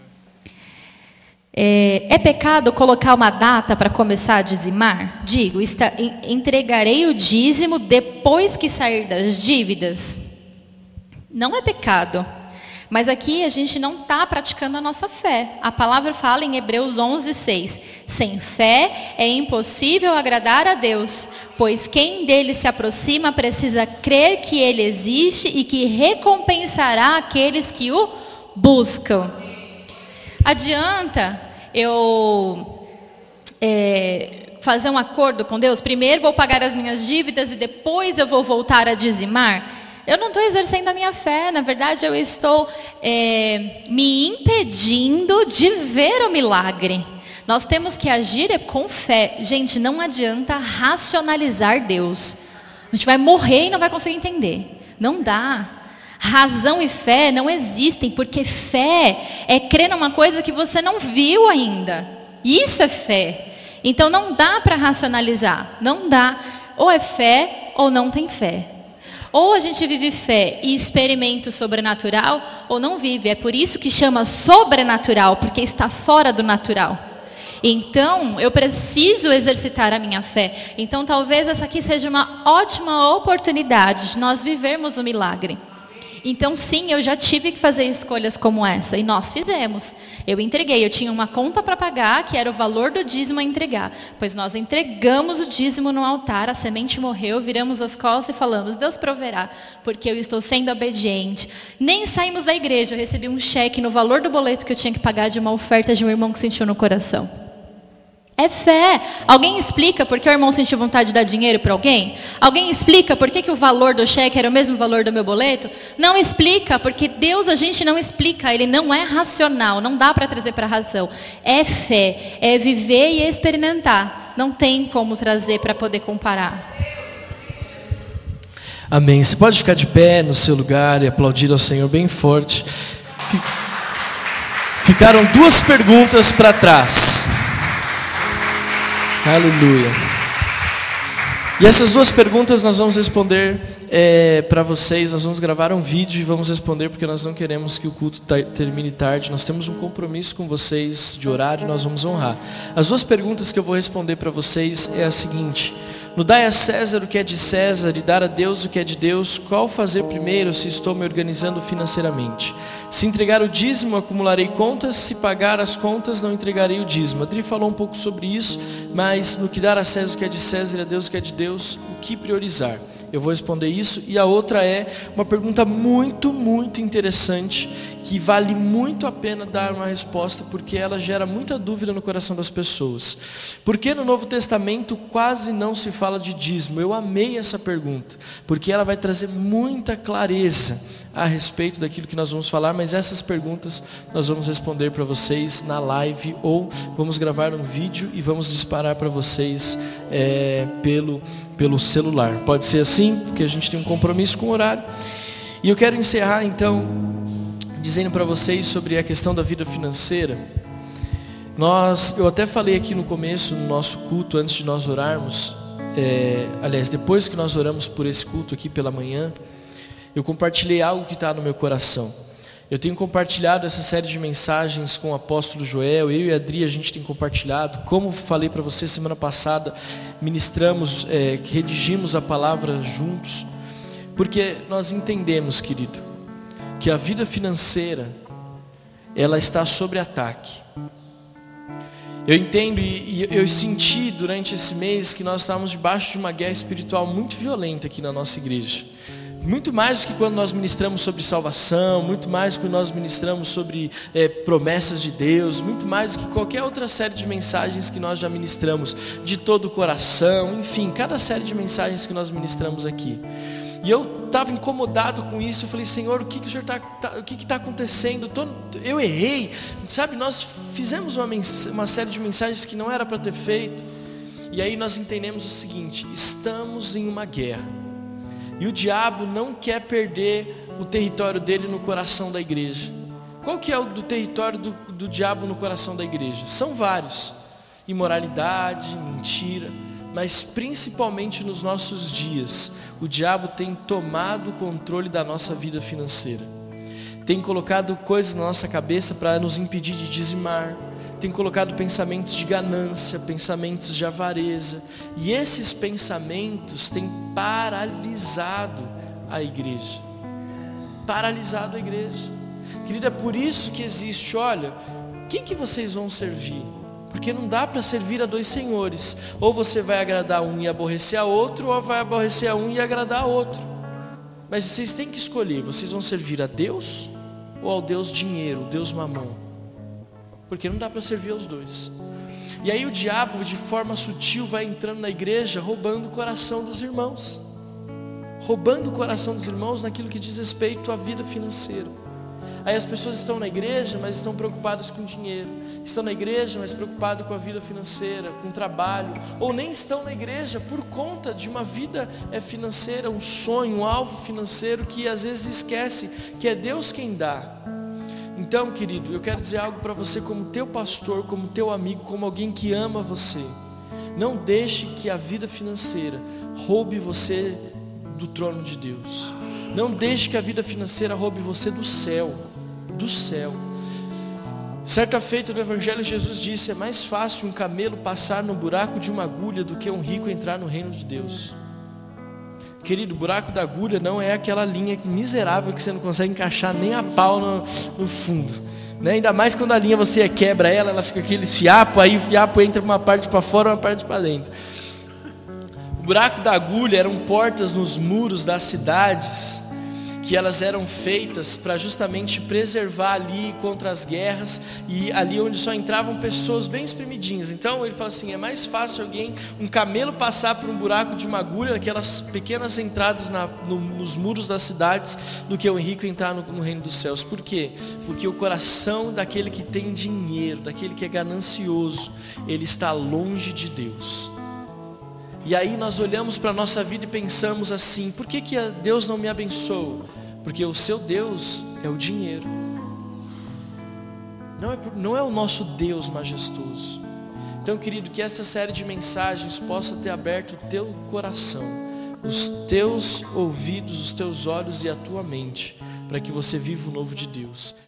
É, é pecado colocar uma data para começar a dizimar? Digo, está, entregarei o dízimo depois que sair das dívidas? Não é pecado. Mas aqui a gente não está praticando a nossa fé. A palavra fala em Hebreus onze, seis. Sem fé é impossível agradar a Deus, pois quem dele se aproxima precisa crer que ele existe e que recompensará aqueles que o buscam. Adianta eu é, fazer um acordo com Deus? Primeiro vou pagar as minhas dívidas e depois eu vou voltar a dizimar? Eu não estou exercendo a minha fé, na verdade eu estou é, me impedindo de ver o milagre. Nós temos que agir com fé. Gente, não adianta racionalizar Deus. A gente vai morrer e não vai conseguir entender. Não dá. Razão e fé não existem, porque fé é crer numa coisa que você não viu ainda. Isso é fé. Então não dá para racionalizar. Não dá. Ou é fé ou não tem fé. Ou a gente vive fé e experimenta o sobrenatural, ou não vive. É por isso que chama sobrenatural, porque está fora do natural. Então, eu preciso exercitar a minha fé. Então, talvez essa aqui seja uma ótima oportunidade de nós vivermos o milagre. Então, sim, eu já tive que fazer escolhas como essa, e nós fizemos. Eu entreguei, eu tinha uma conta para pagar, que era o valor do dízimo a entregar. Pois nós entregamos o dízimo no altar, a semente morreu, viramos as costas e falamos, Deus proverá, porque eu estou sendo obediente. Nem saímos da igreja, eu recebi um cheque no valor do boleto que eu tinha que pagar de uma oferta de um irmão que sentiu no coração. É fé. Alguém explica por que o irmão sentiu vontade de dar dinheiro para alguém? Alguém explica por que, que o valor do cheque era o mesmo valor do meu boleto? Não explica, porque Deus a gente não explica. Ele não é racional, não dá para trazer para a razão. É fé, é viver e experimentar. Não tem como trazer para poder comparar. Amém. Você pode ficar de pé no seu lugar e aplaudir ao Senhor bem forte. Ficaram duas perguntas para trás. Aleluia. E essas duas perguntas nós vamos responder é, para vocês. Nós vamos gravar um vídeo e vamos responder, porque nós não queremos que o culto termine tarde. Nós temos um compromisso com vocês de horário e nós vamos honrar. As duas perguntas que eu vou responder para vocês é a seguinte: no dai a César o que é de César e dar a Deus o que é de Deus, qual fazer primeiro se estou me organizando financeiramente? Se entregar o dízimo, acumularei contas, se pagar as contas, não entregarei o dízimo. A Adri falou um pouco sobre isso, mas no que dar a César o que é de César e a Deus o que é de Deus, o que priorizar? Eu vou responder isso. E a outra é uma pergunta muito, muito interessante, que vale muito a pena dar uma resposta, porque ela gera muita dúvida no coração das pessoas. Por que no Novo Testamento quase não se fala de dízimo? Eu amei essa pergunta, porque ela vai trazer muita clareza a respeito daquilo que nós vamos falar, mas essas perguntas nós vamos responder para vocês na live, ou vamos gravar um vídeo e vamos disparar para vocês é, pelo, pelo celular. Pode ser assim, porque a gente tem um compromisso com o horário. E eu quero encerrar então dizendo para vocês sobre a questão da vida financeira. Nós, eu até falei aqui no começo, no nosso culto, antes de nós orarmos, é, aliás, depois que nós oramos por esse culto aqui pela manhã, eu compartilhei algo que está no meu coração. Eu tenho compartilhado essa série de mensagens com o apóstolo Joel, eu e a Adri, a gente tem compartilhado. Como falei para você semana passada, ministramos, é, redigimos a palavra juntos, porque nós entendemos, querido, que a vida financeira, ela está sob ataque. Eu entendo e, e eu senti durante esse mês que nós estávamos debaixo de uma guerra espiritual muito violenta aqui na nossa igreja. Muito mais do que quando nós ministramos sobre salvação, muito mais do que nós ministramos sobre é, promessas de Deus, muito mais do que qualquer outra série de mensagens que nós já ministramos, de todo o coração, enfim, cada série de mensagens que nós ministramos aqui. E eu estava incomodado com isso. Eu falei, Senhor, o que, que o Senhor está tá, o que que tá acontecendo? Tô, eu errei, sabe? Nós fizemos uma, uma série de mensagens que não era para ter feito. E aí nós entendemos o seguinte: estamos em uma guerra. E o diabo não quer perder o território dele no coração da igreja. Qual que é o do território do, do diabo no coração da igreja? São vários: imoralidade, mentira. Mas principalmente nos nossos dias, o diabo tem tomado o controle da nossa vida financeira. Tem colocado coisas na nossa cabeça para nos impedir de dizimar. Tem colocado pensamentos de ganância, pensamentos de avareza. E esses pensamentos têm paralisado a igreja. Paralisado a igreja. Querida, é por isso que existe, olha, quem que vocês vão servir? Porque não dá para servir a dois senhores. Ou você vai agradar um e aborrecer a outro, ou vai aborrecer a um e agradar a outro. Mas vocês têm que escolher: vocês vão servir a Deus ou ao Deus dinheiro, Deus mamão? Porque não dá para servir aos dois. E aí o diabo, de forma sutil, vai entrando na igreja, roubando o coração dos irmãos. Roubando o coração dos irmãos naquilo que diz respeito à vida financeira. Aí as pessoas estão na igreja, mas estão preocupadas com dinheiro. Estão na igreja, mas preocupadas com a vida financeira, com o trabalho. Ou nem estão na igreja por conta de uma vida financeira, um sonho, um alvo financeiro, que às vezes esquece que é Deus quem dá. Então, querido, eu quero dizer algo para você como teu pastor, como teu amigo, como alguém que ama você. Não deixe que a vida financeira roube você do trono de Deus. Não deixe que a vida financeira roube você do céu. Do céu. Certa feita no Evangelho, Jesus disse: é mais fácil um camelo passar no buraco de uma agulha do que um rico entrar no reino de Deus. Querido, o buraco da agulha não é aquela linha miserável que você não consegue encaixar nem a pau no, no fundo, né? Ainda mais quando a linha você quebra ela, ela fica aquele fiapo, aí o fiapo entra uma parte para fora, uma parte para dentro. O buraco da agulha eram portas nos muros das cidades, que elas eram feitas para justamente preservar ali contra as guerras, e ali onde só entravam pessoas bem espremidinhas. Então ele fala assim: é mais fácil alguém, um camelo passar por um buraco de uma agulha, aquelas pequenas entradas na, no, nos muros das cidades, do que um rico entrar no, no reino dos céus. Por quê? Porque o coração daquele que tem dinheiro, daquele que é ganancioso, ele está longe de Deus. E aí nós olhamos para a nossa vida e pensamos assim: por que que Deus não me abençoa? Porque o seu Deus é o dinheiro. Não é, não é o nosso Deus majestoso. Então, querido, que essa série de mensagens possa ter aberto o teu coração, os teus ouvidos, os teus olhos e a tua mente, para que você viva o novo de Deus.